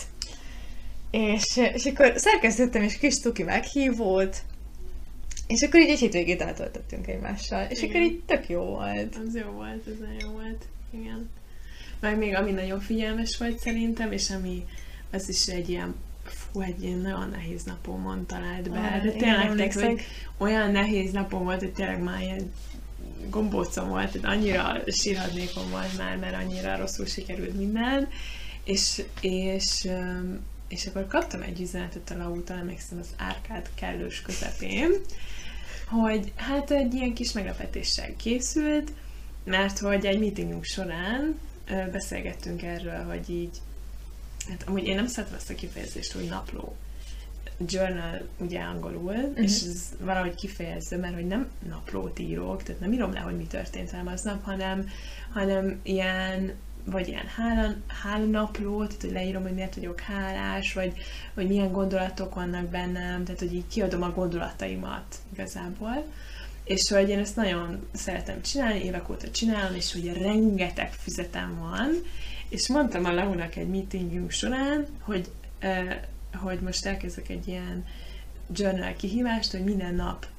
És, és akkor szerkesztettem is kis cuki meghívót, és akkor így egy hétvégét eltöltöttünk egymással, és igen. Akkor így tök jó volt. Az jó volt, ez nagyon jó volt, igen. Meg még ami nagyon figyelmes volt szerintem, és ami az is egy ilyen, fú, egy ilyen nagyon nehéz napomon talált be, ah, de tényleg, tehát, hogy olyan nehéz napom volt, hogy tényleg már ilyen gombócom volt, tehát annyira sírhadnékom volt már, mert annyira rosszul sikerült minden, és, és, és akkor kaptam egy üzenetet a Lautól, emlékszem az árkád kellős közepén, hogy hát egy ilyen kis meglepetéssel készült, mert hogy egy meetingünk során beszélgettünk erről, hogy így hát amúgy én nem szeretem ezt a kifejezést, hogy napló. Journal ugye angolul, uh-huh. és ez valahogy kifejező, mert hogy nem naplót írok, tehát nem írom le, hogy mi történt velem aznap, hanem, hanem ilyen, vagy ilyen hála, hálanapló, tehát hogy leírom, hogy miért vagyok hálás, vagy hogy milyen gondolatok vannak bennem, tehát hogy így kiadom a gondolataimat igazából. És hogy én ezt nagyon szeretem csinálni, évek óta csinálom, és hogy rengeteg füzetem van, és mondtam a Leónak egy meetingünk során, hogy, eh, hogy most elkezdek egy ilyen journal kihívást, hogy minden nap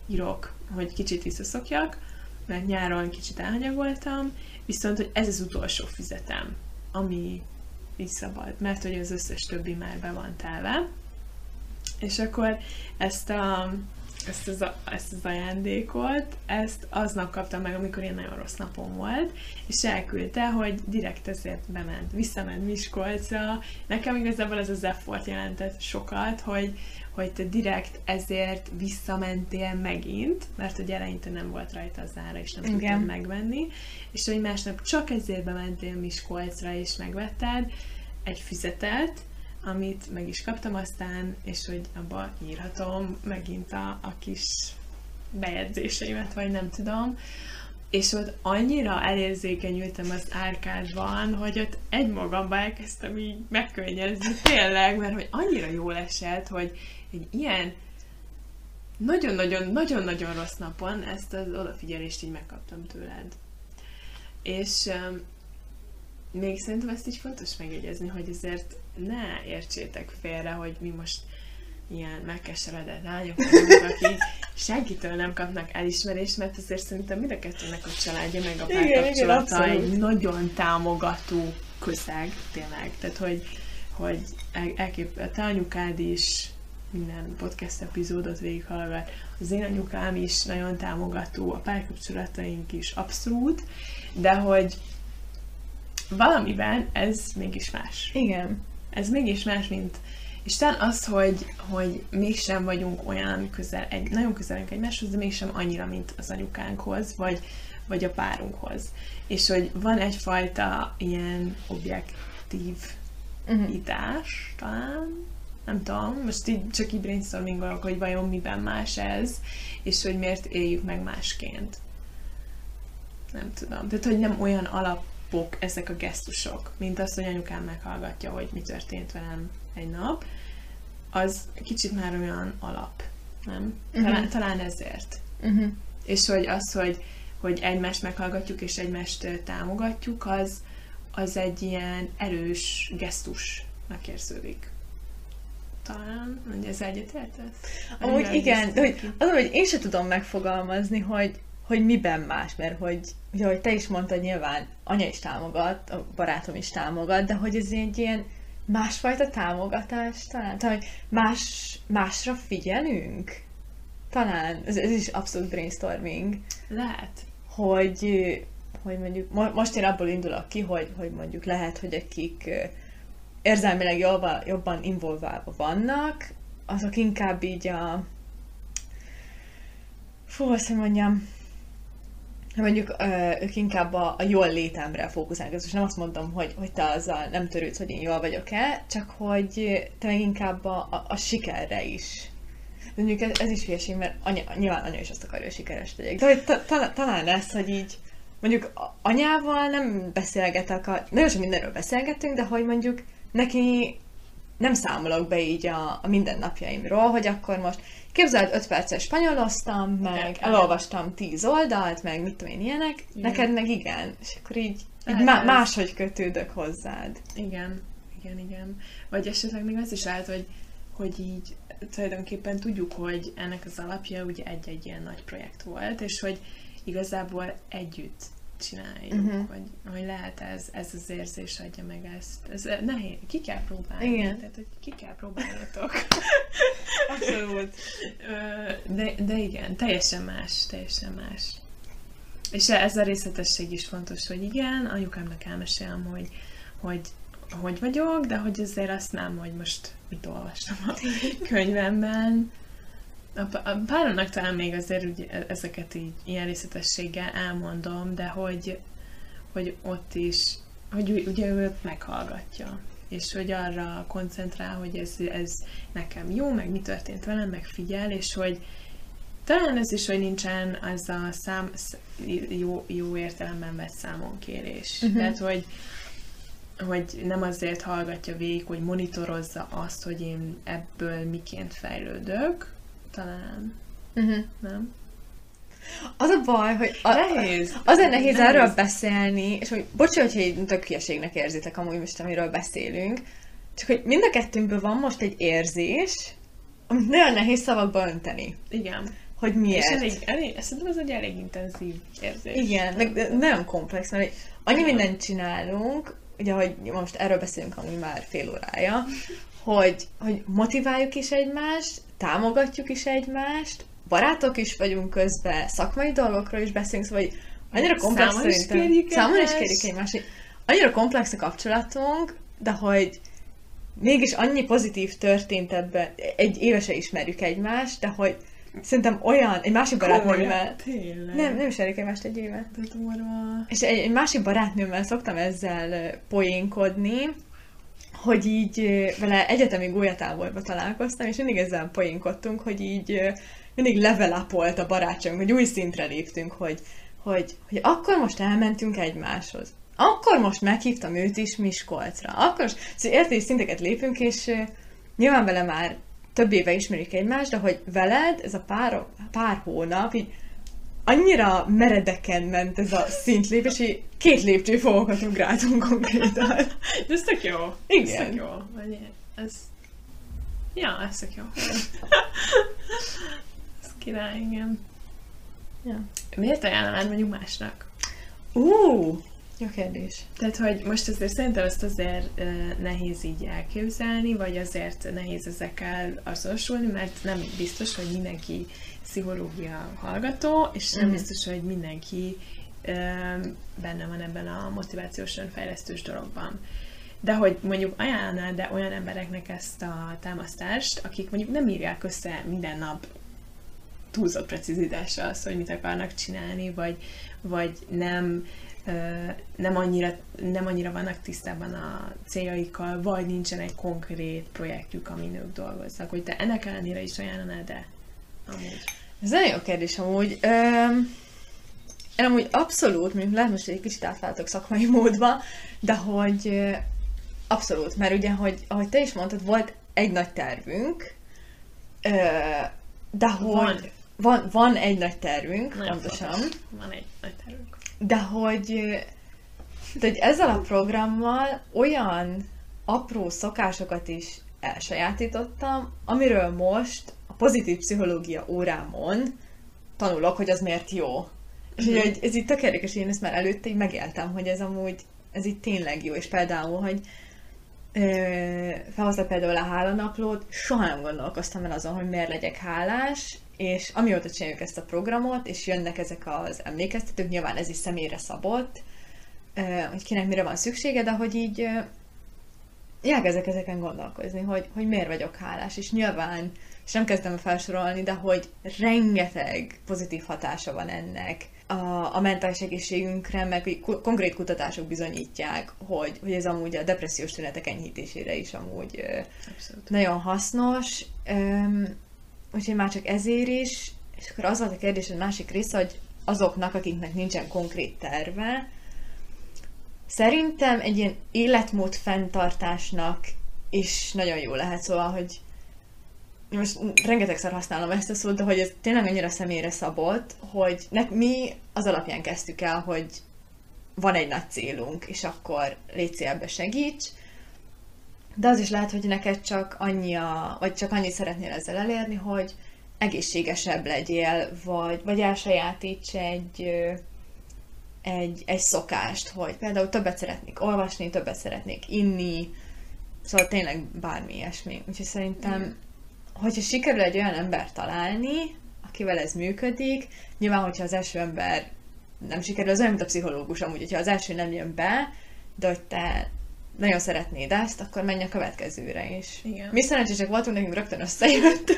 írok, hogy kicsit visszaszokjak, mert nyáron kicsit elhanyagoltam, viszont hogy ez az utolsó füzetem, ami így szabad, mert hogy az összes többi már be van telve. És akkor ezt, a, ezt, az, ezt az ajándékot, ezt aznap kaptam meg, amikor én nagyon rossz napom volt, és elküldte, hogy direkt ezért bement, visszament Miskolcra. Nekem igazából ez az effort jelentett sokat, hogy, hogy te direkt ezért visszamentél megint, mert hogy eleinte nem volt rajta az ára, és nem Igen. tudtad megvenni, és hogy másnap csak ezért bementél Miskolcra, és megvetted egy füzetet, amit meg is kaptam aztán, és hogy abba írhatom megint a, a kis bejegyzéseimet, vagy nem tudom. És ott annyira elérzékenyültem az árkádban, hogy ott egymagamba elkezdtem így megkönnyezni, tényleg, mert hogy annyira jól esett, hogy egy ilyen nagyon-nagyon-nagyon-nagyon rossz napon ezt az odafigyelést így megkaptam tőled. És um, még szerintem ezt így fontos megjegyezni, hogy azért ne értsétek félre, hogy mi most ilyen megkeseredett lányok vagyunk, akik senkitől nem kapnak elismerést, mert azért szerintem mind a kettőnek a családja, meg a párkapcsolata egy nagyon támogató közeg, tényleg. Tehát, hogy, hogy elkép, a te anyukád is minden podcast epizódot végighallgat, az én anyukám is nagyon támogató, a párkapcsolataink is abszolút, de hogy valamiben ez mégis más. Igen. Ez mégis más, mint Isten az, hogy, hogy mégsem vagyunk olyan közel, egy, nagyon közelünk egymáshoz, de mégsem annyira, mint az anyukánkhoz, vagy, vagy a párunkhoz. És hogy van egyfajta ilyen objektív uh-huh. idás, talán, nem tudom, most így csak így brainstormingolok, hogy vajon miben más ez, és hogy miért éljük meg másként. Nem tudom. Tehát, hogy nem olyan alapok ezek a gesztusok, mint az, hogy anyukám meghallgatja, hogy mi történt velem egy nap, az kicsit már olyan alap, nem? Talán, uh-huh. talán ezért. Uh-huh. És hogy az, hogy, hogy egymást meghallgatjuk és egymást támogatjuk, az, az egy ilyen erős gesztusnak érződik. Talán, hogy ez egyetértesz? Amúgy igen, de hogy, az, hogy én sem tudom megfogalmazni, hogy, hogy miben más, mert hogy, ugye, hogy te is mondtad, nyilván anya is támogat, a barátom is támogat, de hogy ez egy ilyen másfajta támogatás talán, talán hogy más, másra figyelünk? Talán, ez, ez is abszolút brainstorming. Lehet. Hogy, hogy mondjuk, most én abból indulok ki, hogy, hogy mondjuk lehet, hogy akik érzelmileg jobban, jobban involválva vannak, azok inkább így a... Fú, azt mondjam... Mondjuk ők inkább a, a jól létemre fókuszálnak. Ez most nem azt mondom, hogy, hogy te azzal nem törődsz, hogy én jól vagyok-e, csak hogy te meg inkább a, a, a sikerre is. De mondjuk ez, ez is hülyeség, mert anya, nyilván anya is azt akarja, hogy sikeres legyek. De hogy ta, ta, talán ez, hogy így mondjuk anyával nem beszélgetek, a, nagyon sok mindenről beszélgetünk, de hogy mondjuk neki nem számolok be így a, a mindennapjaimról, hogy akkor most képzeld, öt percet spanyoloztam, meg elolvastam tíz oldalt, meg mit tudom én ilyenek, igen. Neked meg igen, és akkor így, így má- máshogy kötődök hozzád. Igen, igen, igen. Vagy esetleg még az is állt, hogy, hogy így tulajdonképpen tudjuk, hogy ennek az alapja ugye egy-egy ilyen nagy projekt volt, és hogy igazából együtt csináljuk, uh-huh. hogy, hogy lehet ez, ez az érzés adja meg ezt. Ez nehéz, ki kell próbálni. Igen. Tehát, hogy ki kell próbálnotok. Abszolút. De, de igen, teljesen más, teljesen más. És ez a részletesség is fontos, hogy igen, anyukámnak elmesélem, hogy, hogy hogy vagyok, de hogy azért azt nem, hogy most mit olvastam a könyvemben. A, a páromnak talán még azért ugye ezeket így ilyen részletességgel elmondom, de hogy, hogy ott is, hogy ugye ő meghallgatja, és hogy arra koncentrál, hogy ez, ez nekem jó, meg mi történt velem, meg figyel, és hogy talán ez is, hogy nincsen az a szám, jó, jó értelemben vett számonkérés. Uh-huh. Tehát, hogy hogy nem azért hallgatja végig, hogy monitorozza azt, hogy én ebből miként fejlődök, talán. Uh-huh. Nem? Az a baj, hogy a, nehéz. azért nehéz, nehéz erről beszélni, és hogy bocsánat, hogyha egy tök hülyeségnek érzitek amúgy most, amiről beszélünk, csak hogy mind a kettőnkből van most egy érzés, amit nagyon nehéz szavakba önteni. Igen. hogy miért. És elég, elég, szerintem ez egy elég intenzív érzés. Igen, meg nagyon komplex, mert annyi mindent csinálunk, ugye, hogy most erről beszélünk, ami már fél órája, hogy, hogy motiváljuk is egymást, támogatjuk is egymást, barátok is vagyunk közben, szakmai dolgokról is beszélünk, szóval hogy annyira komplex számon szerintem. Is számon is kérjük egymást. Hogy annyira komplex a kapcsolatunk, de hogy mégis annyi pozitív történt ebben, egy éve se ismerjük egymást, de hogy szerintem olyan, egy másik barátnőmmel... Tényleg? Nem, nem ismerjük egymást egy éve. De durva. És egy, egy másik barátnőmmel szoktam ezzel poénkodni, hogy így vele egyetemi gólyatáborba találkoztam, és mindig ezzel poénkodtunk, hogy így mindig level up-olt a barátságunk, hogy új szintre léptünk, hogy, hogy, hogy akkor most elmentünk egymáshoz. Akkor most meghívtam őt is Miskolcra. Akkor most, szóval érted, szinteket lépünk, és nyilván vele már több éve ismerjük egymást, de hogy veled ez a pár, pár hónap így annyira meredeken ment ez a szintlépés, hogy két lépcsőfokokat ugráltunk konkrétan. De ez tök jó. Igen. Ez tök jó. Ez... Ja, ez tök jó. Ez király, igen. Ja. Miért ajánlanád mondjuk másnak? Ú, jó kérdés. Tehát, hogy most azért szerintem ezt azért uh, nehéz így elképzelni, vagy azért nehéz ezekkel azonosulni, mert nem biztos, hogy mindenki pszichológia hallgató, és nem mm. biztos, hogy mindenki uh, benne van ebben a motivációs önfejlesztős dologban. De hogy mondjuk ajánlnád de olyan embereknek ezt a támasztást, akik mondjuk nem írják össze minden nap túlzott precizitással azt, hogy mit akarnak csinálni, vagy, vagy nem, uh, nem, annyira, nem annyira vannak tisztában a céljaikkal, vagy nincsen egy konkrét projektjük, amin ők dolgoznak. Hogy te ennek ellenére is ajánlanád, de amúgy. Ez nagyon jó kérdés amúgy. Öm, én amúgy abszolút, mondjuk lehet most egy kicsit átváltok szakmai módba, de hogy abszolút, mert ugye, hogy, ahogy te is mondtad, volt egy nagy tervünk, de hogy van, van, van egy nagy tervünk, nagyon pontosan. Fontos. Van egy nagy tervünk. De hogy, de hogy ezzel a programmal olyan apró szokásokat is elsajátítottam, amiről most a pozitív pszichológia órámon tanulok, hogy az miért jó. És mm-hmm. hogy ez így tök érdekes, én ezt már előtte így megéltem, hogy ez amúgy, ez így tényleg jó, és például, hogy felhozta például a hálanaplót, soha nem gondolkoztam el azon, hogy miért legyek hálás, és amióta csináljuk ezt a programot, és jönnek ezek az emlékeztetők, nyilván ez is személyre szabott, hogy kinek mire van szüksége, de hogy így elkezdek ezeken gondolkozni, hogy, hogy miért vagyok hálás, és nyilván, és nem kezdtem el felsorolni, de hogy rengeteg pozitív hatása van ennek a, a mentális egészségünkre, meg konkrét kutatások bizonyítják, hogy, hogy ez amúgy a depressziós tünetek enyhítésére is amúgy Abszolút. Nagyon hasznos. Úgyhogy már csak ezért is, és akkor az volt a kérdés, a másik része, hogy azoknak, akiknek nincsen konkrét terve, szerintem egy ilyen életmód fenntartásnak is nagyon jó lehet, szóval, hogy most rengetegszer használom ezt a szót, de hogy ez tényleg annyira személyre szabott, hogy nek, mi az alapján kezdtük el, hogy van egy nagy célunk, és akkor légy ebbe segíts, de az is lehet, hogy neked csak annyi a, vagy csak annyit szeretnél ezzel elérni, hogy egészségesebb legyél, vagy, vagy elsajátíts egy, egy, egy szokást, hogy például többet szeretnék olvasni, többet szeretnék inni, szóval tényleg bármi ilyesmi. Úgyhogy szerintem, mm. hogyha sikerül egy olyan embert találni, akivel ez működik, nyilván, hogyha az első ember nem sikerül, az olyan, mint a pszichológus amúgy, hogyha az első nem jön be, de hogy te nagyon szeretnéd ezt, akkor menj a következőre is. Igen. Mi szerencsések voltunk, nekünk rögtön összejött.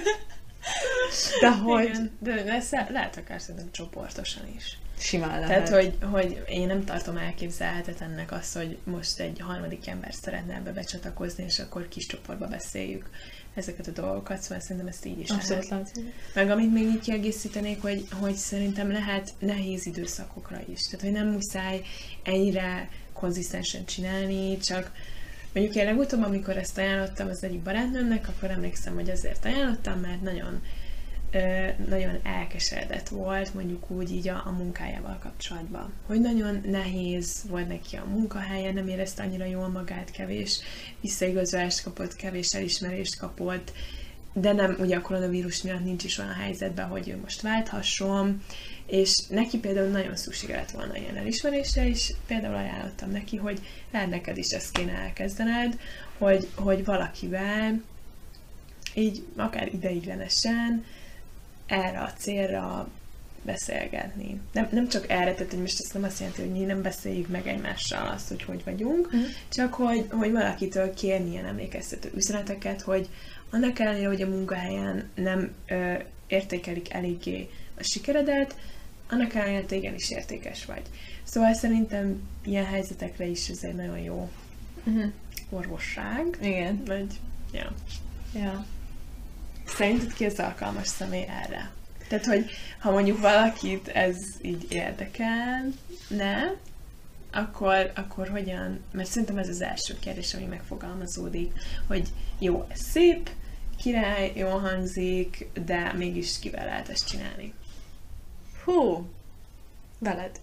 De hogy... Igen, de lesz, lehet akár szerintem csoportosan is. Simán lehet. Tehát, hogy, hogy én nem tartom elképzelhetetlennek azt, hogy most egy harmadik ember szeretne ebbe becsatlakozni, és akkor kis csoportba beszéljük ezeket a dolgokat, szóval szerintem ezt így is Abszolút lehet. lehet. Meg amit még így kiegészítenék, hogy, hogy szerintem lehet nehéz időszakokra is. Tehát, hogy nem muszáj ennyire konzisztensen csinálni, csak mondjuk én legutóbb, amikor ezt ajánlottam az egyik barátnőmnek, akkor emlékszem, hogy azért ajánlottam, mert nagyon, ö, nagyon elkeseredett volt, mondjuk úgy így a, a munkájával kapcsolatban. Hogy nagyon nehéz volt neki a munkahelye, nem érezte annyira jól magát, kevés visszaigazolást kapott, kevés elismerést kapott, de nem, ugye a koronavírus miatt nincs is olyan helyzetben, hogy ő most válthasson, és neki például nagyon szüksége lett volna ilyen elismerésre, és például ajánlottam neki, hogy lehet neked is ezt kéne elkezdened, hogy, hogy valakivel így akár ideiglenesen erre a célra beszélgetni. Nem, nem csak erre, tehát hogy most ezt nem azt jelenti, hogy mi nem beszéljük meg egymással azt, hogy hogy vagyunk, uh-huh. csak hogy, hogy valakitől kérni ilyen emlékeztető üzeneteket, hogy annak ellenére, hogy a munkahelyen nem ö, értékelik eléggé a sikeredet, annak ellenére te igenis értékes vagy. Szóval szerintem ilyen helyzetekre is ez egy nagyon jó uh-huh. orvosság. Igen. Vagy, ja. Ja. Szerinted ki az alkalmas személy erre? Tehát, hogy ha mondjuk valakit ez így érdekelne, akkor, akkor hogyan, mert szerintem ez az első kérdés, ami megfogalmazódik, hogy jó, ez szép, király, jól hangzik, de mégis kivel lehet ezt csinálni? Hú, veled.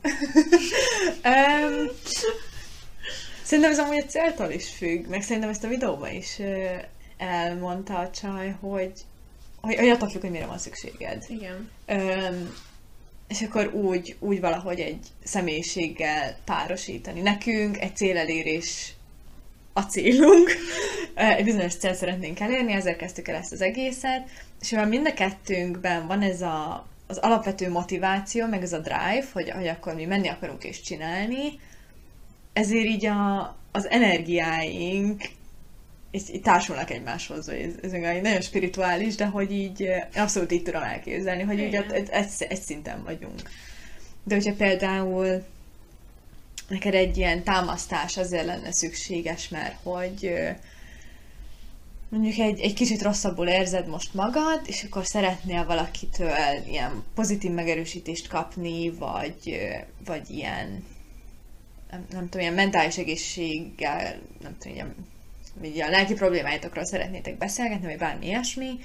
um, szerintem ez amúgy a céltól is függ, meg szerintem ezt a videóban is uh, elmondta a csaj, hogy hogy, hogy attól függ, hogy mire van szükséged. Igen. Um, és akkor úgy, úgy valahogy egy személyiséggel párosítani. Nekünk egy célelérés a célunk, egy bizonyos célt szeretnénk elérni, ezért kezdtük el ezt az egészet, és mivel mind a kettőnkben van ez a, az alapvető motiváció, meg ez a drive, hogy, hogy akkor mi menni akarunk és csinálni, ezért így a, az energiáink így, így társulnak egymáshoz, ez, ez egy nagyon spirituális, de hogy így abszolút így tudom elképzelni, hogy így egy, egy, egy szinten vagyunk. De hogyha például neked egy ilyen támasztás azért lenne szükséges, mert hogy mondjuk egy, egy kicsit rosszabbul érzed most magad, és akkor szeretnél valakitől ilyen pozitív megerősítést kapni, vagy, vagy ilyen nem, nem tudom, ilyen mentális egészséggel, nem tudom, ilyen, így a lelki problémáitokról szeretnétek beszélgetni, vagy bármi ilyesmi,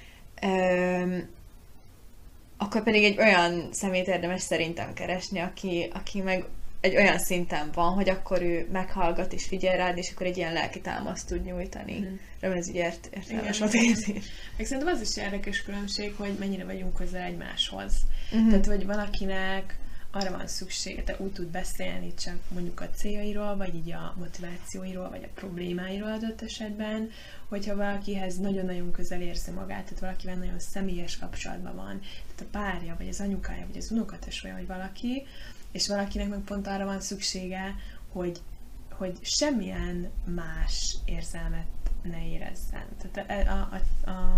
Üm, akkor pedig egy olyan személyt érdemes szerintem keresni, aki, aki meg egy olyan szinten van, hogy akkor ő meghallgat és figyel rád, és akkor egy ilyen lelki támaszt tud nyújtani. Mm. Remélem ez így ért, értelmes volt érzni. Meg szerintem az is érdekes különbség, hogy mennyire vagyunk hozzá egymáshoz. Mm-hmm. Tehát, hogy valakinek arra van szüksége, te úgy tud beszélni csak mondjuk a céljairól, vagy így a motivációiról, vagy a problémáiról adott esetben, hogyha valakihez nagyon-nagyon közel érzi magát, tehát valakivel nagyon személyes kapcsolatban van, tehát a párja, vagy az anyukája, vagy az unokatestvére, vagy valaki, és valakinek meg pont arra van szüksége, hogy, hogy semmilyen más érzelmet ne érezzen. Tehát a, a, a, a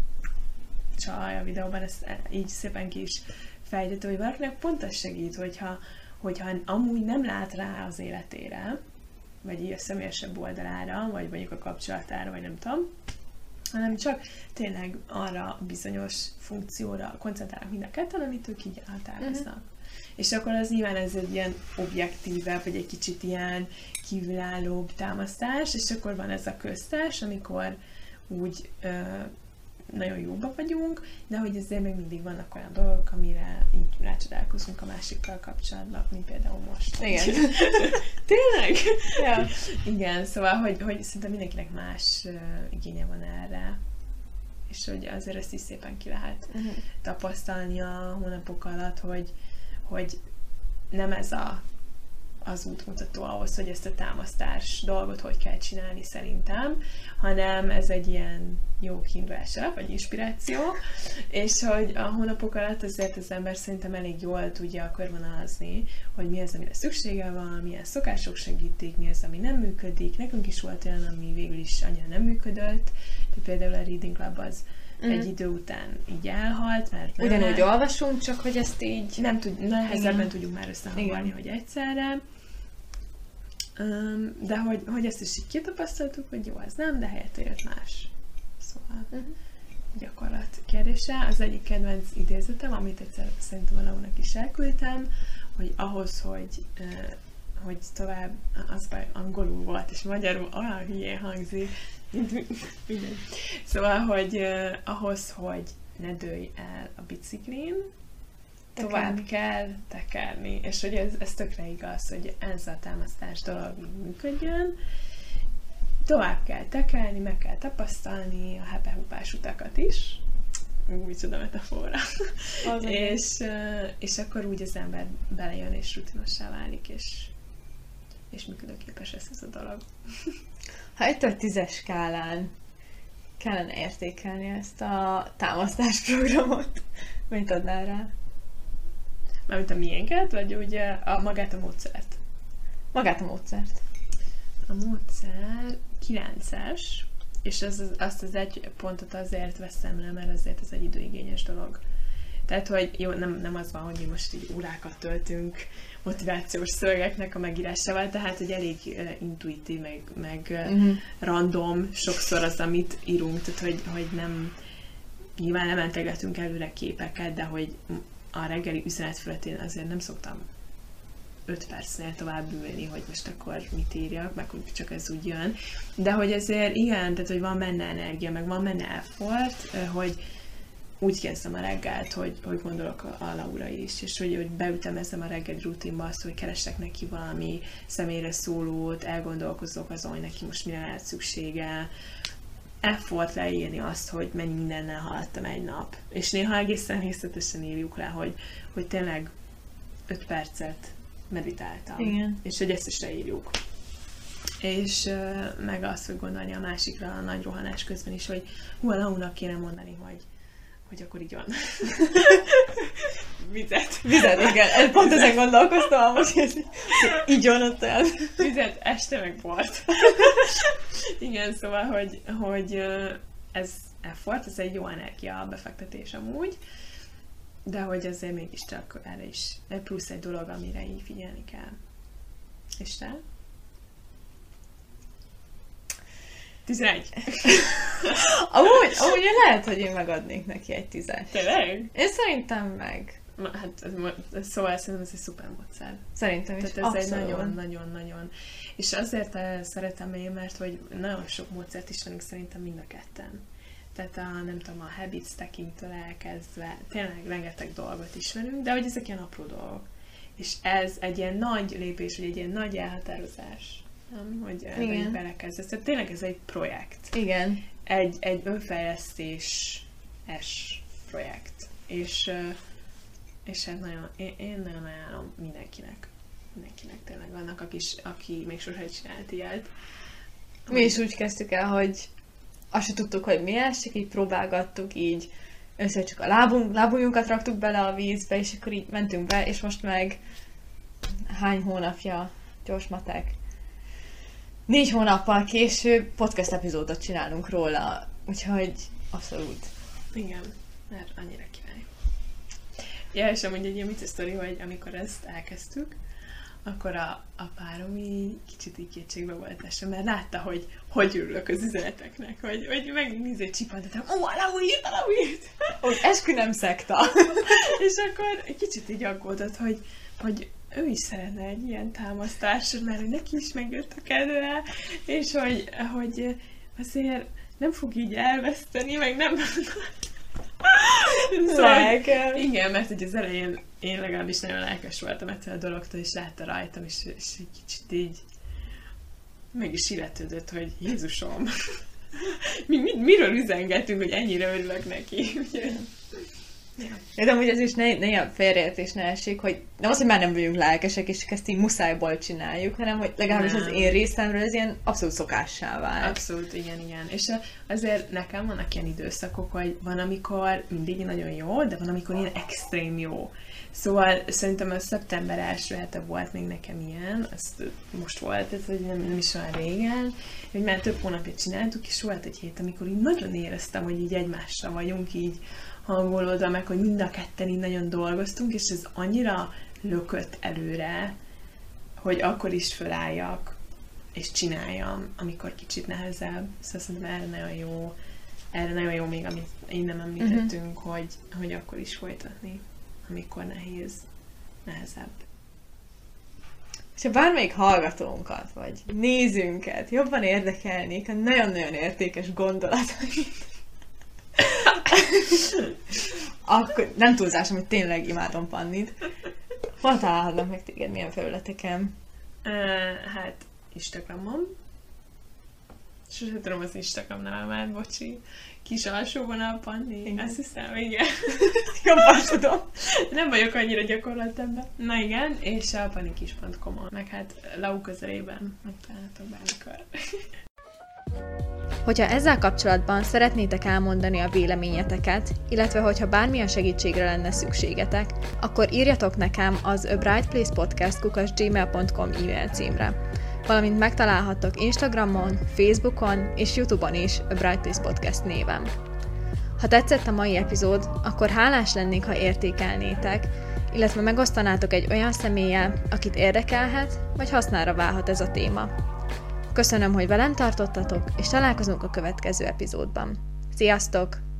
csaj a videóban ezt így szépen ki is fejtett, hogy valakinek pont az segít, hogyha, hogyha amúgy nem lát rá az életére, vagy így a személyesebb oldalára, vagy mondjuk a kapcsolatára, vagy nem tudom, hanem csak tényleg arra bizonyos funkcióra koncentrálnak mind a ketten, amit ők így elhatároznak. Uh-huh. És akkor az nyilván ez egy ilyen objektívebb, vagy egy kicsit ilyen kívülállóbb támasztás, és akkor van ez a köztes, amikor úgy ö, nagyon jóba vagyunk, de hogy ezért még mindig vannak olyan dolgok, amire így rácsodálkozunk a másikkal kapcsolatban, mint például most. Igen. Tényleg? Ja. Igen, szóval, hogy, hogy szerintem mindenkinek más uh, igénye van erre. És hogy azért ezt is szépen ki lehet uh-huh. tapasztalni a hónapok alatt, hogy, hogy nem ez a, az útmutató ahhoz, hogy ezt a támasztás dolgot hogy kell csinálni szerintem, hanem ez egy ilyen jó kiindulás alap, vagy inspiráció, és hogy a hónapok alatt azért az ember szerintem elég jól tudja körvonalazni, hogy mi az, amire szüksége van, milyen szokások segítik, mi az, ami nem működik. Nekünk is volt olyan, ami végül is annyira nem működött, de például a Reading Club az mm. egy idő után így elhalt, mert nem ugyanúgy lehet, olvasunk, csak hogy ezt így nem tud, nehezebben tudjuk már összehangolni, hogy egyszerre. Um, de hogy, hogy ezt is így kitapasztaltuk, hogy jó, ez nem, de helyette jött más. Szóval uh-huh. gyakorlat kérdése. Az egyik kedvenc idézetem, amit egyszer szerintem a Launak is elküldtem, hogy ahhoz, hogy, uh, hogy tovább, az baj, angolul volt, és magyarul olyan hülyén hangzik, minden. Szóval, hogy uh, ahhoz, hogy ne dőlj el a biciklin, tovább tekerni. kell tekerni. És hogy ez, ez tökre igaz, hogy ez a támasztás dolog működjön. tovább kell tekelni, meg kell tapasztalni a hepehupás utakat is. Micsoda metafora. és, és akkor úgy az ember belejön és rutinossá válik, és, és működőképes lesz ez a dolog. Ha egytől tízes skálán kellene értékelni ezt a támasztásprogramot, mint adnál rá? Mármint a miénket, vagy ugye a, magát a módszert? Magát a módszert. A módszer kilences, és az, azt az egy pontot azért veszem le, mert azért ez egy időigényes dolog. Tehát, hogy jó, nem, nem az van, hogy mi most így órákat töltünk motivációs szövegeknek a megírásával, tehát, hogy elég uh, intuitív, meg, meg uh, uh-huh. random sokszor az, amit írunk, tehát, hogy, hogy nem, nyilván nem mentegetünk előre képeket, de hogy a reggeli üzenetfületén azért nem szoktam öt percnél tovább ülni, hogy most akkor mit írjak, meg hogy csak ez úgy jön. De hogy ezért igen, tehát hogy van benne energia, meg van benne effort, hogy úgy kezdem a reggelt, hogy, hogy gondolok a, a Laura is, és hogy, hogy beütemezem a reggeli rutinba azt, hogy keresek neki valami személyre szólót, elgondolkozok azon, hogy neki most mire lehet szüksége, effort leírni azt, hogy mennyi mindennel haladtam egy nap. És néha egészen részletesen írjuk le, hogy, hogy tényleg öt percet meditáltam. Igen. És hogy ezt is leírjuk. És uh, meg azt, hogy gondolni a másikra a nagy rohanás közben is, hogy hú, a Launak kéne mondani, hogy, hogy akkor így van. Vizet. Vizet, igen. Pont ezen gondolkoztam, hogy így van ott el. Vizet, este meg bort. Igen, szóval, hogy, hogy ez effort, ez egy jó energia befektetés amúgy, de hogy azért mégiscsak erre is plusz egy dolog, amire így figyelni kell. És te? tizenegy. amúgy, amúgy lehet, hogy én megadnék neki egy tízes. Tényleg? Én szerintem meg. Hát, ez, szóval szerintem ez egy szuper módszer. Szerintem is. Tehát ez abszolút. Egy nagyon-nagyon-nagyon. És azért szeretem én, mert hogy nagyon sok módszert ismerünk szerintem mind a ketten. Tehát a, nem tudom, a habit stacking-től elkezdve tényleg rengeteg dolgot ismerünk, de hogy ezek ilyen apró dolgok. És ez egy ilyen nagy lépés, vagy egy ilyen nagy elhatározás, nem? Hogy ebbe így belekezdesz. Tehát tényleg ez egy projekt. Igen. Egy, egy önfejlesztés-es projekt. És, és hát nagyon, én, én nagyon ajánlom mindenkinek. Mindenkinek tényleg vannak, aki, aki még sosem csinált ilyet. Mi is úgy kezdtük el, hogy azt se tudtuk, hogy mi ez, csak így próbálgattuk, így össze csak a lábunk, lábujjunkat raktuk bele a vízbe, és akkor így mentünk be, és most meg hány hónapja, gyors matek, négy hónappal később podcast epizódot csinálunk róla, úgyhogy abszolút. Igen, mert annyira király. Ja, és amúgy egy ilyen vicces sztori, hogy amikor ezt elkezdtük, akkor a, a párom így kicsit így kétségbe volt esve, mert látta, hogy hogy örülök az üzeneteknek, hogy, hogy megnéző csipantatom, ó, a Lau írt, a Lau írt! Hogy eskü nem szekta. És akkor egy kicsit így aggódott, hogy, hogy ő is szeretne egy ilyen támasztást, mert hogy neki is megjött a kedve, és hogy, hogy azért nem fog így elveszteni, meg nem... Szóval, igen, mert hogy az elején én legalábbis nagyon lelkes voltam ettől a dologtól, és látta rajtam, és, és egy kicsit így meg is illetődött, hogy Jézusom, mi, mi, miről üzengetünk, hogy ennyire örülök neki. Ja, de amúgy ez is ne, ne a félreértés ne essék, hogy nem az, hogy már nem vagyunk lelkesek, és ezt így muszájból csináljuk, hanem hogy legalábbis nem. Az én részemről ez ilyen abszolút szokássá vált. Abszolút, igen, igen. És azért nekem vannak ilyen időszakok, hogy van, amikor mindig nagyon jó, de van, amikor ilyen extrém jó. Szóval szerintem a szeptember első hete volt még nekem ilyen, ez most volt, ez nem, nem is olyan régen, hogy már több hónapja csináltuk, és volt egy hét, amikor így nagyon éreztem, hogy így egymásra vagyunk, így hangolódva, meg hogy mind a ketten így nagyon dolgoztunk, és ez annyira lökött előre, hogy akkor is fölálljak, és csináljam, amikor kicsit nehezebb. Szóval szerintem erre nagyon jó, erre nagyon jó még, amit én nem említettünk, uh-huh. hogy, hogy akkor is folytatni, amikor nehéz, nehezebb. És ha bármelyik hallgatónkat, vagy nézőnket jobban érdekelnék a nagyon-nagyon értékes gondolatait, akkor nem túlzás, hogy tényleg imádom Pannit. Hol találhatnak meg téged, milyen felületeken? Uh, hát Instagramon, Sose tudom az Instagram nevemát, bocsi. Kis alsóvonal Panni. Igen. Azt hiszem, igen. Jobban tudom. Nem vagyok annyira gyakorlat ebben. Na igen, és a panikis pont com-on. Meg hát Lau közelében megtalálhatok bármikor. Hogyha ezzel kapcsolatban szeretnétek elmondani a véleményeteket, illetve hogyha bármilyen segítségre lenne szükségetek, akkor írjatok nekem az a bright place podcast kukac gmail pont com e-mail címre, valamint megtalálhattok Instagramon, Facebookon és YouTube-on is a Bright Place Podcast néven. Ha tetszett a mai epizód, akkor hálás lennék, ha értékelnétek, illetve megosztanátok egy olyan személlyel, akit érdekelhet, vagy hasznára válhat ez a téma. Köszönöm, hogy velem tartottatok, és találkozunk a következő epizódban. Sziasztok!